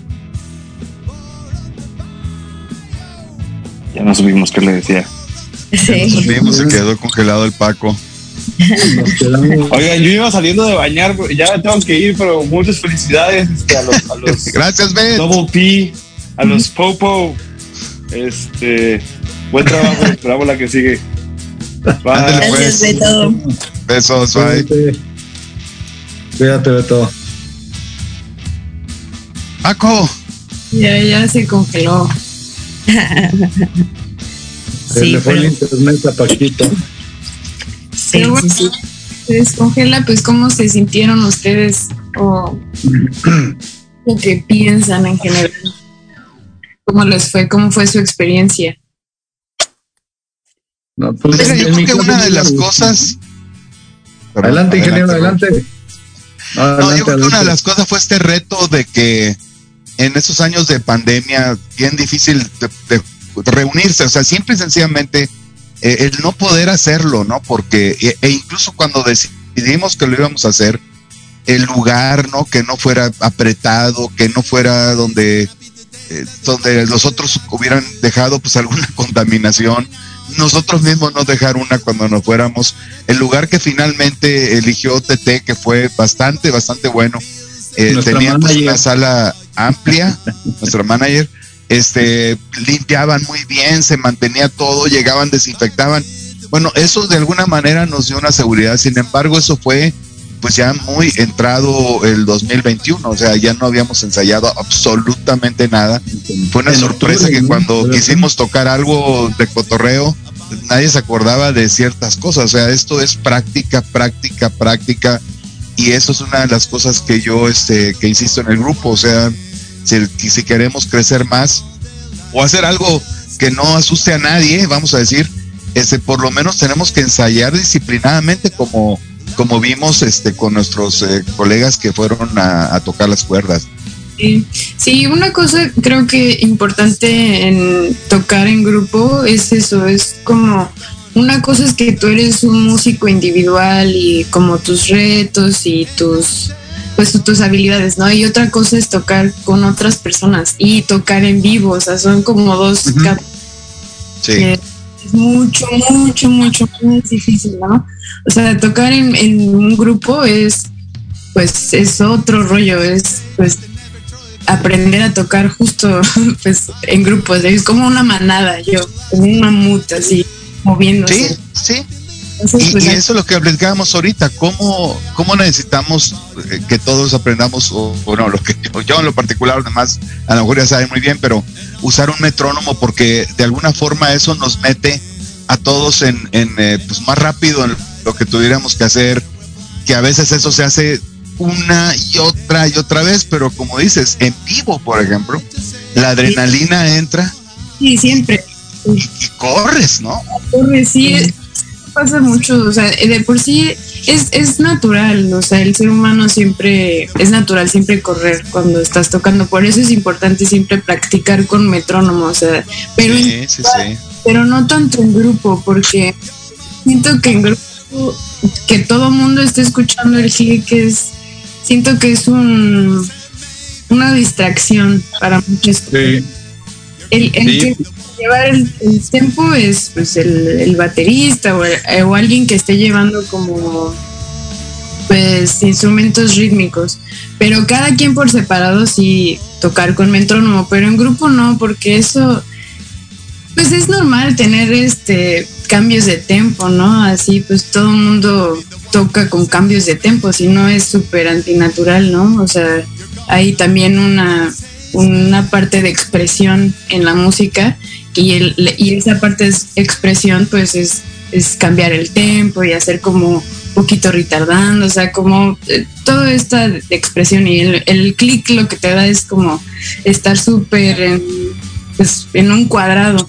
ya no supimos qué le decía. Sí. No supimos, se quedó congelado el Paco. Oigan, yo iba saliendo de bañar, ya me tengo que ir, pero muchas felicidades este, a los, a los gracias, Ben. Double P, a los Popo. Este, buen trabajo, esperamos la que sigue. Ándale, pues. Gracias, Beto. Besos, bye. Cuídate, Beto. Paco. Ya, ya se congeló. Se Sí, le fue pero- el internet a Paquito. Sí, Pero bueno, sí, sí. se descongela, pues cómo se sintieron ustedes o lo que piensan en general. ¿Cómo les fue? ¿Cómo fue su experiencia? No, pues, Mira, yo en mi creo que caso, una de las cosas. Adelante, ingeniero, adelante. adelante. No, No, adelante, yo creo que una de adelante. las cosas fue este reto de que en esos años de pandemia, bien difícil de, de reunirse, o sea, simple y sencillamente eh, el no poder hacerlo, ¿no? Porque, e, e incluso cuando decidimos que lo íbamos a hacer, el lugar, ¿no? Que no fuera apretado, que no fuera donde, eh, donde los otros hubieran dejado pues alguna contaminación, nosotros mismos no dejar una cuando nos fuéramos. El lugar que finalmente eligió T T, que fue bastante, bastante bueno, eh, Nuestra tenía pues, manager. una sala amplia, nuestra manager, este, limpiaban muy bien, se mantenía todo, llegaban, desinfectaban. Bueno, eso de alguna manera nos dio una seguridad. Sin embargo, eso fue pues ya muy entrado el dos mil veintiuno, o sea, ya no habíamos ensayado absolutamente nada. Fue una En sorpresa octubre, que ¿no? cuando ¿Verdad? quisimos tocar algo de cotorreo, nadie se acordaba de ciertas cosas. O sea, esto es práctica, práctica, práctica, y eso es una de las cosas que yo, este, que insisto en el grupo. O sea, si, si queremos crecer más o hacer algo que no asuste a nadie, vamos a decir, este, por lo menos tenemos que ensayar disciplinadamente, como como vimos este con nuestros eh, colegas que fueron a, a tocar las cuerdas. Sí. Sí, una cosa creo que importante en tocar en grupo es eso, es como una cosa es que tú eres un músico individual y como tus retos y tus pues tus habilidades, ¿no? Y otra cosa es tocar con otras personas y tocar en vivo, o sea, son como dos Uh-huh. capas. Sí. Eh, es mucho, mucho, mucho más difícil, ¿no? O sea, tocar en, en un grupo es, pues, es otro rollo, es, pues, aprender a tocar justo, pues, en grupos, es como una manada, yo, como un mamut, así, moviéndose. Sí, sí. Entonces, Y, pues, y eso es lo que platicábamos ahorita, cómo, cómo necesitamos eh, que todos aprendamos, o bueno, lo que yo, yo en lo particular, además, a lo mejor ya saben muy bien, pero usar un metrónomo, porque de alguna forma eso nos mete a todos en, en eh, pues más rápido en lo que tuviéramos que hacer, que a veces eso se hace una y otra y otra vez, pero como dices, en vivo, por ejemplo, la adrenalina entra sí, siempre. y, y corres, ¿no? Corre, sí, es- pasa mucho, o sea, de por sí es, es natural, o sea, el ser humano siempre, es natural siempre correr cuando estás tocando, por eso es importante siempre practicar con metrónomo, o sea, pero, Sí, sí, sí. pero no tanto en grupo, porque siento que en grupo, que todo mundo esté escuchando el hit, que es, siento que es un una distracción para muchas cosas. Sí. El, el Sí. que llevar el, el tempo es pues el, el baterista o, el- o alguien que esté llevando como pues instrumentos rítmicos, pero cada quien por separado sí tocar con metrónomo, pero en grupo no, porque eso pues es normal tener este cambios de tempo, ¿no? Así pues todo el mundo toca con cambios de tempo, si no es súper antinatural, ¿no? O sea, hay también una una parte de expresión en la música y, el, y esa parte de expresión pues es, es cambiar el tempo y hacer como un poquito retardando, o sea, como eh, toda esta de expresión y el, el clic lo que te da es como estar súper en, pues, en un cuadrado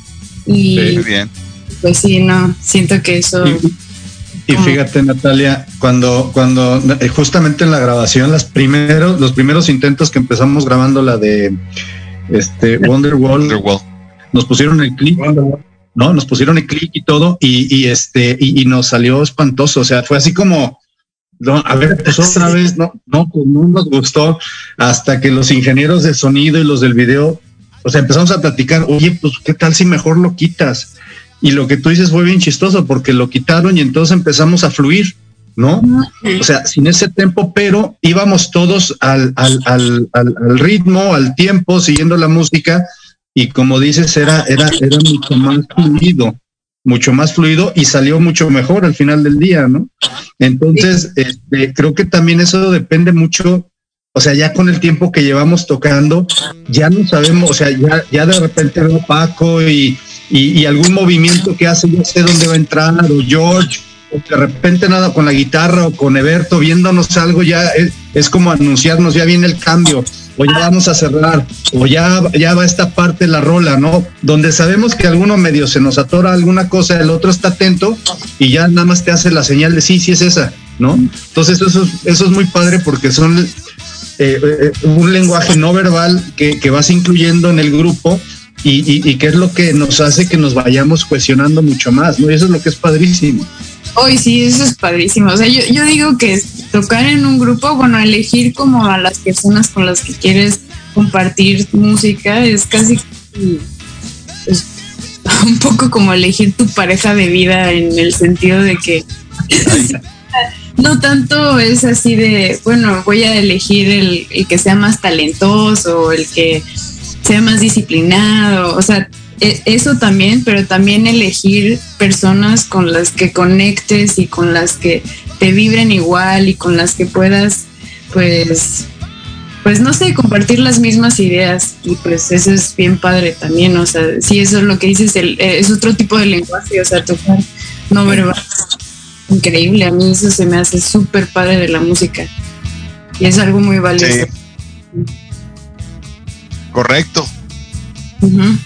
y sí, bien. Pues sí, no, siento que eso... Y, y fíjate, Natalia, cuando, cuando justamente en la grabación, las primeros, los primeros intentos que empezamos grabando la de este Wonderwall, Wonderwall. Nos pusieron el clic, ¿no? Nos pusieron el clic y todo, y, y este, y, y nos salió espantoso. O sea, fue así como, no, a ver, pues otra vez, no, no, pues no nos gustó, hasta que los ingenieros de sonido y los del video, o sea, empezamos a platicar, oye, pues qué tal si mejor lo quitas. Y lo que tú dices fue bien chistoso porque lo quitaron y entonces empezamos a fluir, ¿no? O sea, sin ese tempo, pero íbamos todos al, al, al, al, al ritmo, al tiempo, siguiendo la música y como dices, era, era, era mucho más fluido, mucho más fluido y salió mucho mejor al final del día, ¿no? Entonces, este, creo que también eso depende mucho. O sea, ya con el tiempo que llevamos tocando, ya no sabemos, o sea, ya, ya de repente veo Paco y, y, y algún movimiento que hace, ya sé dónde va a entrar, o George, o de repente nada con la guitarra o con Eberto viéndonos algo, ya es, es como anunciarnos, ya viene el cambio, o ya vamos a cerrar, o ya, ya va esta parte de la rola, ¿no? Donde sabemos que alguno medio se nos atora alguna cosa, el otro está atento y ya nada más te hace la señal de sí, sí es esa, ¿no? Entonces eso, eso es muy padre porque son... Eh, eh, un lenguaje no verbal que, que vas incluyendo en el grupo y, y, y que es lo que nos hace que nos vayamos cuestionando mucho más, ¿no? Y eso es lo que es padrísimo. Hoy sí, eso es padrísimo. O sea, yo, yo digo que tocar en un grupo, bueno, elegir como a las personas con las que quieres compartir música es casi es un poco como elegir tu pareja de vida en el sentido de que no tanto es así de, bueno, voy a elegir el, el que sea más talentoso, el que sea más disciplinado, o sea, eso también, pero también elegir personas con las que conectes y con las que te vibren igual y con las que puedas, pues, pues no sé, compartir las mismas ideas y pues eso es bien padre también, o sea, sí, eso es lo que dices, el, es otro tipo de lenguaje, o sea, tocar no verbal. Increíble, a mí eso se me hace súper padre de la música y es algo muy valioso. Sí. Correcto. Uh-huh.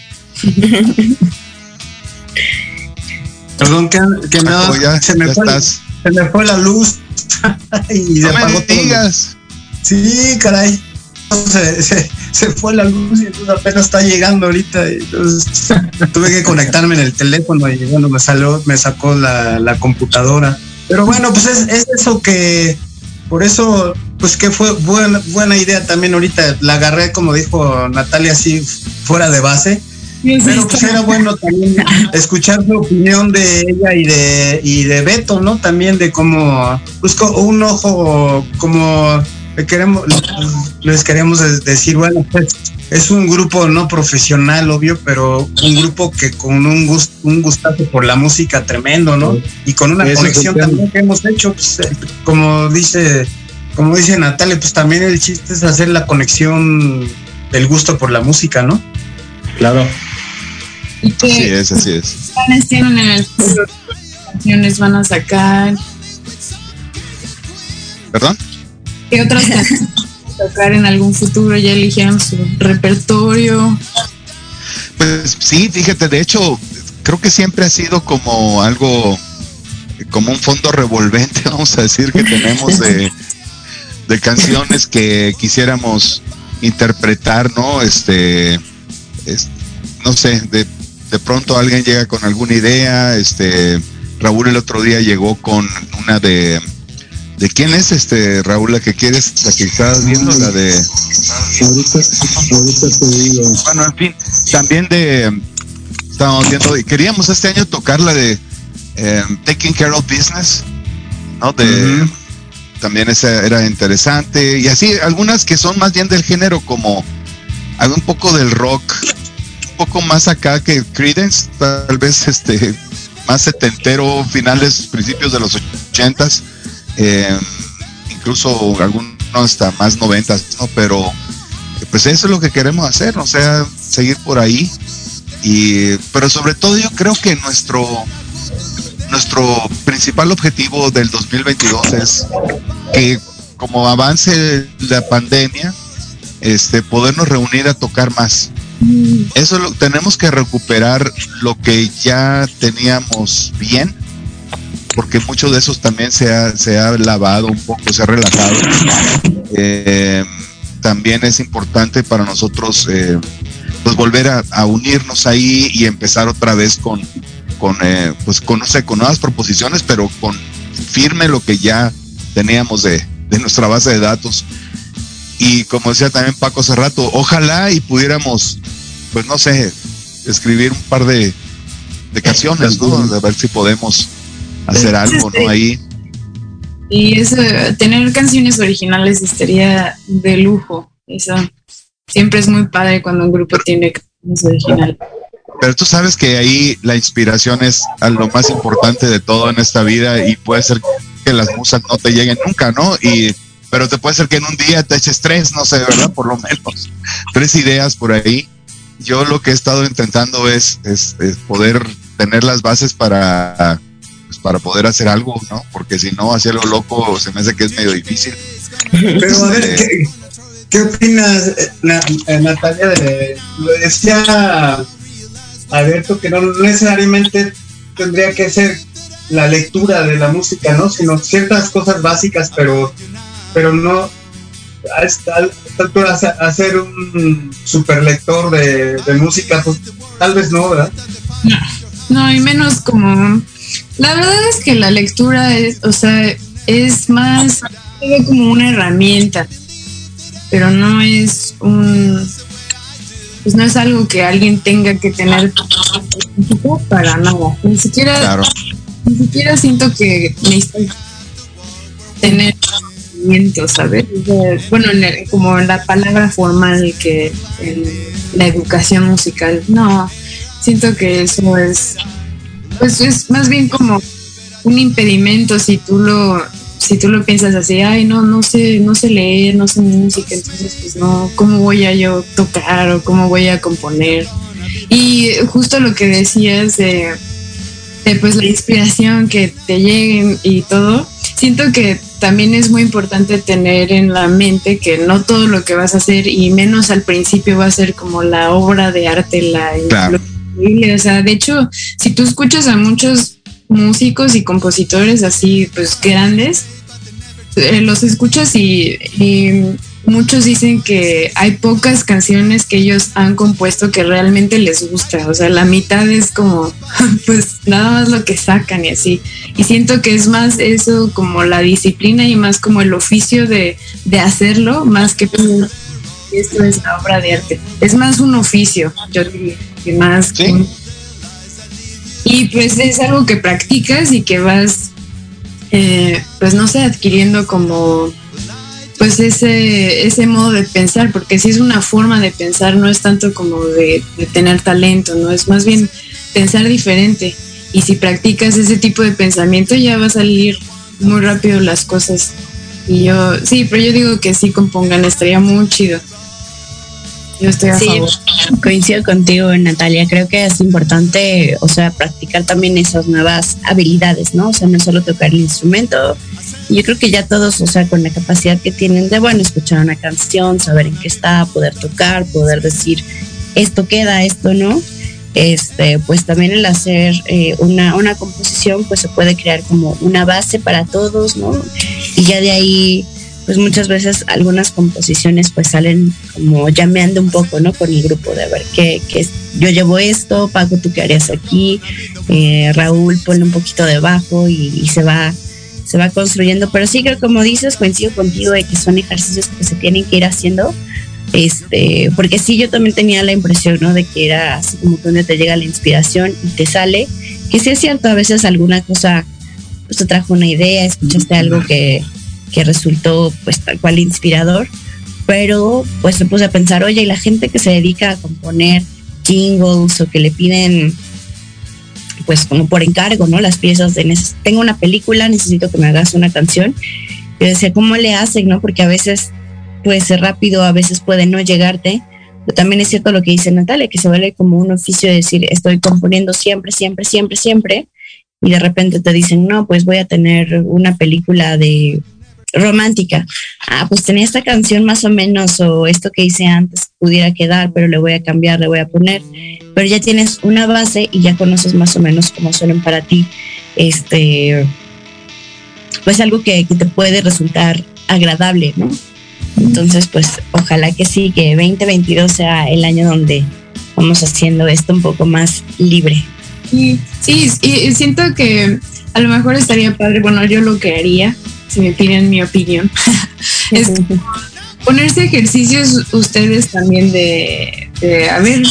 Perdón que, que me, Paco, ya, se, me ya fue, estás. se me fue la luz y no se apagó me digas. Todo. Sí, caray. Se, se, se fue la luz y entonces apenas está llegando ahorita. Entonces tuve que conectarme en el teléfono y bueno, me salió, me sacó la, la computadora. Pero bueno, pues es, es eso que, por eso, pues que fue buena, buena idea también ahorita. La agarré, como dijo Natalia, así fuera de base. Pero pues era bueno también escuchar su opinión de ella y de y de Beto, ¿no? También de cómo, pues un ojo como le queremos, les queremos decir, bueno, pues es un grupo no profesional, obvio, pero un grupo que con un gusto, un gustazo por la música tremendo, ¿no? Y con una Eso conexión también que hemos hecho, pues, como dice, como dice Natalia, pues también el chiste es hacer la conexión del gusto por la música, ¿no? Claro. ¿Y qué así es, así es. planes tienen en el futuro? ¿Qué canciones van a sacar? ¿Perdón? ¿Qué otras canciones van a tocar en algún futuro? ¿Ya eligieron su repertorio? Pues sí, fíjate, de hecho, creo que siempre ha sido como algo, como un fondo revolvente, vamos a decir, que tenemos de, de canciones que quisiéramos interpretar, ¿no? Este, es, no sé, de, de pronto alguien llega con alguna idea, este, Raúl el otro día llegó con una de, ¿de quién es este, Raúl, la que quieres, la que estabas viendo, la de... Ahorita, ahorita te digo. Bueno, en fin, también de, estábamos viendo, y queríamos este año tocar la de eh, Taking Care of Business, ¿no? De, uh-huh. También esa era interesante, y así, algunas que son más bien del género, como un poco del rock, un poco más acá que Creedence, tal vez este más setentero, finales, principios de los ochentas, eh, incluso algunos hasta más noventas, ¿no? Pero pues eso es lo que queremos hacer, o sea, seguir por ahí. Y, pero sobre todo yo creo que nuestro nuestro principal objetivo del dos mil veintidós es que como avance la pandemia, este, podernos reunir a tocar más. Eso lo, tenemos que recuperar lo que ya teníamos bien, porque mucho de eso también se ha, se ha lavado un poco, se ha relajado. Eh, también es importante para nosotros eh, pues volver a, a unirnos ahí y empezar otra vez con con eh, pues con, no sé, con nuevas proposiciones, pero con firme lo que ya teníamos de, de nuestra base de datos. Y como decía también Paco hace rato, ojalá y pudiéramos, pues no sé, escribir un par de, de canciones, ¿no? A ver si podemos hacer algo, ¿no? Ahí. Y eso, tener canciones originales estaría de lujo. Eso siempre es muy padre cuando un grupo tiene canciones originales. Pero tú sabes que ahí la inspiración es a lo más importante de todo en esta vida, y puede ser que las musas no te lleguen nunca, ¿no? Y pero te puede ser que en un día te eches tres, no sé, ¿verdad? Por lo menos tres ideas por ahí. Yo lo que he estado intentando es, es, es poder tener las bases para, pues para poder hacer algo, ¿no? Porque si no, hacerlo loco se me hace que es medio difícil. Pero a ver, ¿qué, qué opinas, Natalia? De, lo decía Alberto, que no necesariamente tendría que ser la lectura de la música, ¿no? Sino ciertas cosas básicas, pero pero no a esta, a esta altura hacer un super lector de, de música, pues tal vez no, ¿verdad? No, no, y menos como, la verdad es que la lectura es, o sea, es más como una herramienta, pero no es un, pues no es algo que alguien tenga que tener para nada, ni siquiera, claro. Ni siquiera siento que necesitan tener, ¿sabes? Bueno, en el, como en la palabra formal que en la educación musical, no, siento que eso es, pues es más bien como un impedimento si tú lo, si tú lo piensas así, ay, no, no sé, no sé leer, no sé música, entonces pues no, ¿cómo voy a yo tocar o cómo voy a componer? Y justo lo que decías de, de pues la inspiración que te lleguen y todo, siento que también es muy importante tener en la mente que no todo lo que vas a hacer, y menos al principio, va a ser como la obra de arte, la claro. increíble. O sea, de hecho, si tú escuchas a muchos músicos y compositores así, pues grandes, eh, los escuchas y, y muchos dicen que hay pocas canciones que ellos han compuesto que realmente les gusta. O sea, la mitad es como, pues nada más lo que sacan y así. Y siento que es más eso como la disciplina y más como el oficio de, de hacerlo, más que esto es la obra de arte. Es más un oficio, yo diría, que más. ¿Sí? Que, y pues es algo que practicas y que vas, eh, pues no sé, adquiriendo como pues ese ese modo de pensar, porque si es una forma de pensar, no es tanto como de, de tener talento, no, es más bien pensar diferente. Y si practicas ese tipo de pensamiento, ya va a salir muy rápido las cosas. Y yo, sí, pero yo digo que sí compongan, estaría muy chido. Yo estoy a sí, favor. Coincido contigo, Natalia. Creo que es importante, o sea, practicar también esas nuevas habilidades, ¿no? O sea, no solo tocar el instrumento. Yo creo que ya todos, o sea, con la capacidad que tienen de, bueno, escuchar una canción, saber en qué está, poder tocar, poder decir, esto queda, esto no. Este, pues también el hacer eh, una, una composición, pues se puede crear como una base para todos, ¿no? Y ya de ahí, pues muchas veces algunas composiciones pues salen como llameando un poco, ¿no? Con el grupo, de ver qué, qué es, yo llevo esto, Paco, ¿tú qué harías aquí? Eh, Raúl, ponle un poquito de bajo y, y se va se va construyendo. Pero sí, creo, como dices, coincido contigo de que son ejercicios que se tienen que ir haciendo. Este, porque sí, yo también tenía la impresión, ¿no? De que era así como que donde te llega la inspiración y te sale, que sí es cierto, a veces alguna cosa pues te trajo una idea, escuchaste algo que, que resultó pues tal cual inspirador, pero pues me puse a pensar, oye, y la gente que se dedica a componer jingles o que le piden pues como por encargo, ¿no? Las piezas de, neces- tengo una película, necesito que me hagas una canción. Yo decía, ¿cómo le hacen, no? Porque a veces pues rápido a veces puede no llegarte. Pero también es cierto lo que dice Natalia, que se vuelve como un oficio de decir, estoy componiendo siempre, siempre, siempre, siempre, y de repente te dicen, no, pues voy a tener una película de romántica. Ah, pues tenía esta canción más o menos, o esto que hice antes pudiera quedar, pero le voy a cambiar, le voy a poner. Pero ya tienes una base y ya conoces más o menos cómo suenan para ti, este, pues algo que, que te puede resultar agradable, ¿no? Entonces, pues ojalá que sí, que veinte veintidós sea el año donde vamos haciendo esto un poco más libre. Sí, sí, y siento que a lo mejor estaría padre, bueno, yo lo que haría, si me piden mi opinión, es ponerse ejercicios ustedes también de, de a ver,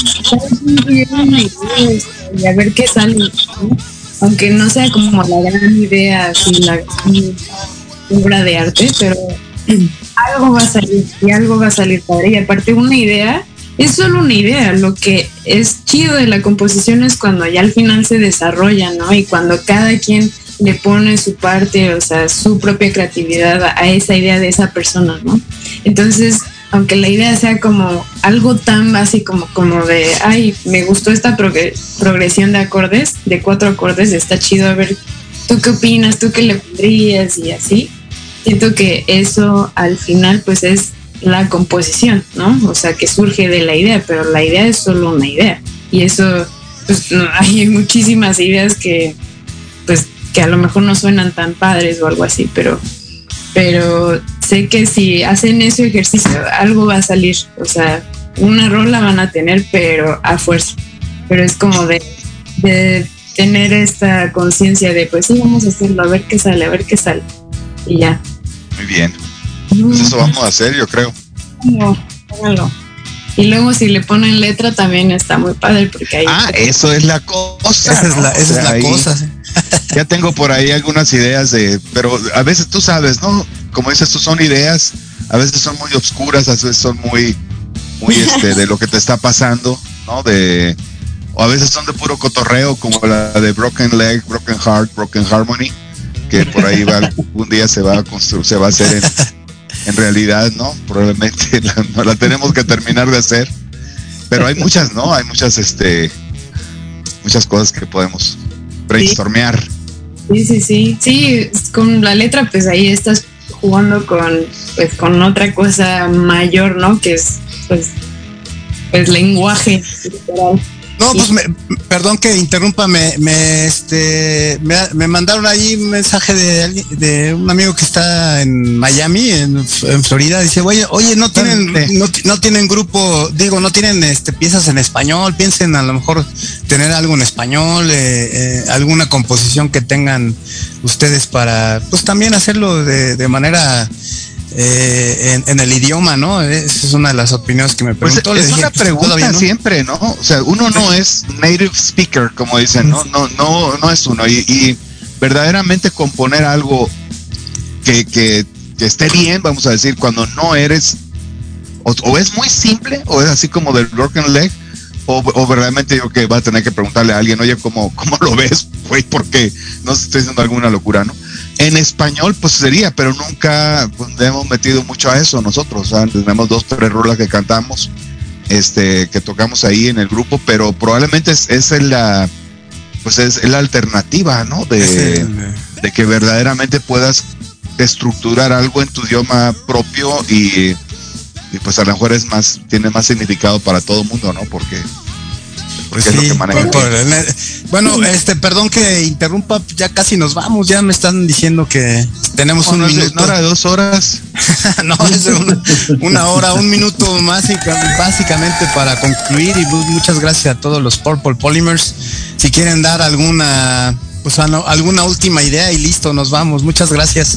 y a ver qué sale, ¿no? Aunque no sea como la gran idea, así la gran obra de arte, pero algo va a salir y algo va a salir padre. Y aparte una idea es solo una idea. Lo que es chido de la composición es cuando ya al final se desarrolla, ¿no? Y cuando cada quien le pone su parte, o sea, su propia creatividad a esa idea de esa persona, ¿no? Entonces, aunque la idea sea como algo tan básico como, como de, ay, me gustó esta prog- progresión de acordes, de cuatro acordes, está chido, a ver, ¿tú qué opinas? ¿Tú qué le pondrías? Y así. Siento que eso al final pues es la composición, ¿no? O sea, que surge de la idea, pero la idea es solo una idea. Y eso, pues no, hay muchísimas ideas que, pues, que a lo mejor no suenan tan padres o algo así, pero, pero sé que si hacen ese ejercicio, algo va a salir. O sea, una rola van a tener, pero a fuerza. Pero es como de, de tener esta conciencia de, pues sí, vamos a hacerlo, a ver qué sale, a ver qué sale. Y ya. Muy bien. Pues eso vamos a hacer, yo creo. No, hágalo. Y luego si le ponen letra también está muy padre porque ahí... Ah, eso es la cosa. Esa es la, esa o sea, es la ahí, cosa. ¿Sí? Ya tengo por ahí algunas ideas de... Pero a veces tú sabes, ¿no? Como dices tú, son ideas, a veces son muy obscuras, a veces son muy... Muy este, de lo que te está pasando, ¿no? De... O a veces son de puro cotorreo, como la de Broken Leg, Broken Heart, Broken Harmony, que por ahí va, algún día se va a construir, se va a hacer en, en realidad, ¿no? Probablemente la, no la tenemos que terminar de hacer, pero hay muchas, ¿no? Hay muchas, este, muchas cosas que podemos brainstormear. Sí, sí, sí, sí, con la letra, pues ahí estás jugando con, pues, con otra cosa mayor, ¿no? Que es, pues, pues lenguaje literal. No, pues me, perdón que interrumpa, me, me este me, me mandaron ahí un mensaje de, de un amigo que está en Miami, en, en Florida, dice, oye, oye, no tienen, no, no tienen grupo, digo, no tienen este piezas en español, piensen a lo mejor tener algo en español, eh, eh, alguna composición que tengan ustedes para, pues también hacerlo de, de manera Eh, en, en el idioma, ¿no? Esa es una de las opiniones que me preguntó. Pues es dije, una pues, pregunta ¿no? siempre, ¿no? O sea, uno no es native speaker, como dicen, ¿no? No, no, no es uno. Y, y verdaderamente componer algo que, que, que esté bien, vamos a decir, cuando no eres, o, o es muy simple, o es así como del Broken Leg, o, o verdaderamente yo que va a tener que preguntarle a alguien, oye, ¿cómo, cómo lo ves, güey? Porque no se está haciendo alguna locura, ¿no? En español, pues sería, pero nunca pues, le hemos metido mucho a eso nosotros. O sea, tenemos dos, tres rolas que cantamos, este, que tocamos ahí en el grupo, pero probablemente es, es la, pues es la alternativa, ¿no? De, de que verdaderamente puedas estructurar algo en tu idioma propio y, y pues a lo mejor es más, tiene más significado para todo el mundo, ¿no? Porque Pues sí, sí, es lo que maneja. por, por, bueno, este, perdón que interrumpa, ya casi nos vamos, ya me están diciendo que tenemos no, un no minuto. Es de, no era de dos horas. No, es de una, una hora, un minuto más, básicamente para concluir, y muchas gracias a todos los Purple Polymers. Si quieren dar alguna, pues alguna última idea y listo, nos vamos. Muchas gracias.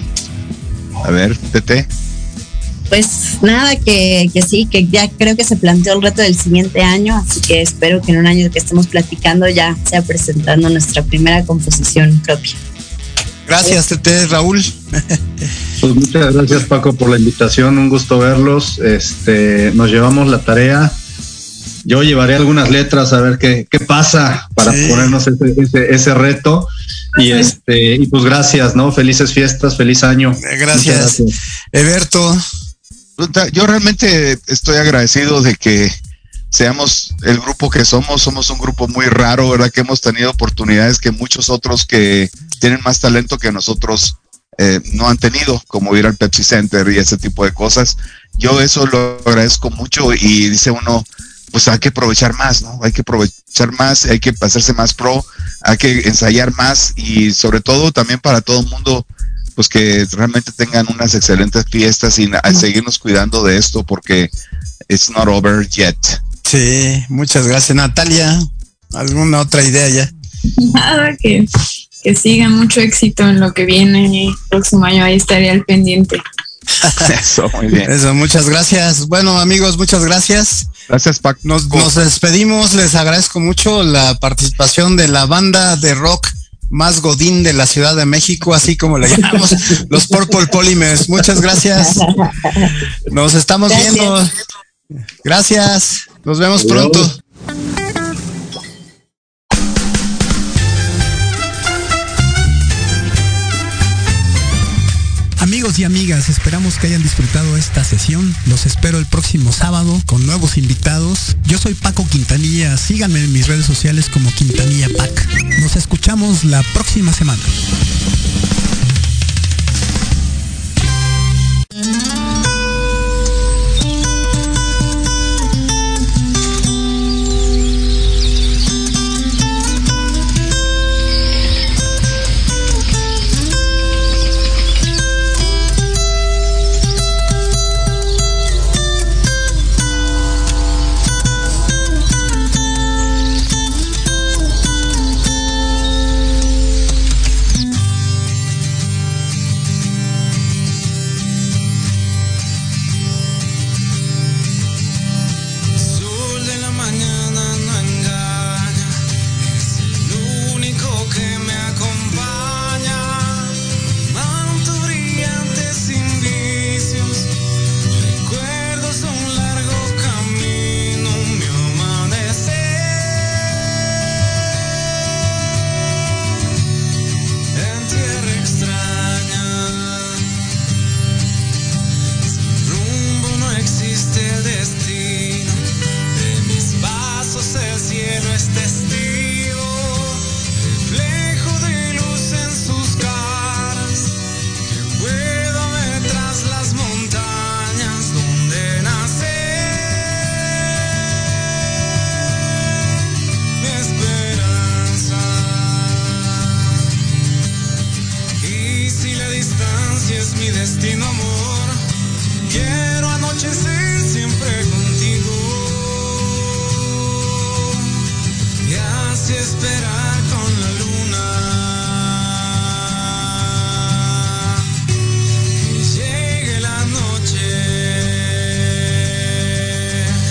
A ver, Tete. Pues nada, que, que sí, que ya creo que se planteó el reto del siguiente año, así que espero que en un año que estemos platicando ya sea presentando nuestra primera composición propia. Gracias, Tete. Raúl. Pues muchas gracias, Paco, por la invitación, un gusto verlos. Este, nos llevamos la tarea. Yo llevaré algunas letras a ver qué, qué pasa para sí. ponernos ese, ese, ese reto. Y este, y pues gracias, ¿no? Felices fiestas, feliz año. Gracias. gracias. Eberto. Yo realmente estoy agradecido de que seamos el grupo que somos. Somos un grupo muy raro, ¿verdad? Que hemos tenido oportunidades que muchos otros que tienen más talento que nosotros eh, no han tenido, como ir al Pepsi Center y ese tipo de cosas. Yo eso lo agradezco mucho y dice uno, pues hay que aprovechar más, ¿no? Hay que aprovechar más, hay que hacerse más pro, hay que ensayar más y sobre todo también para todo el mundo, pues que realmente tengan unas excelentes fiestas y a seguirnos cuidando de esto porque it's not over yet. Sí, muchas gracias. Natalia, ¿alguna otra idea ya? Nada, que, que siga mucho éxito en lo que viene el próximo año, ahí estaría al pendiente. Eso, muy bien. Eso, muchas gracias. Bueno, amigos, muchas gracias. Gracias, Paco. Nos, nos despedimos, les agradezco mucho la participación de la banda de rock más godín de la Ciudad de México, así como le llamamos, los Purple Polymers. Muchas gracias. Nos estamos gracias. viendo. Gracias. Nos vemos Adiós. pronto. Amigos y amigas, esperamos que hayan disfrutado esta sesión. Los espero el próximo sábado con nuevos invitados. Yo soy Paco Quintanilla. Síganme en mis redes sociales como Quintanilla Pac. Nos escuchamos la próxima semana. Esperar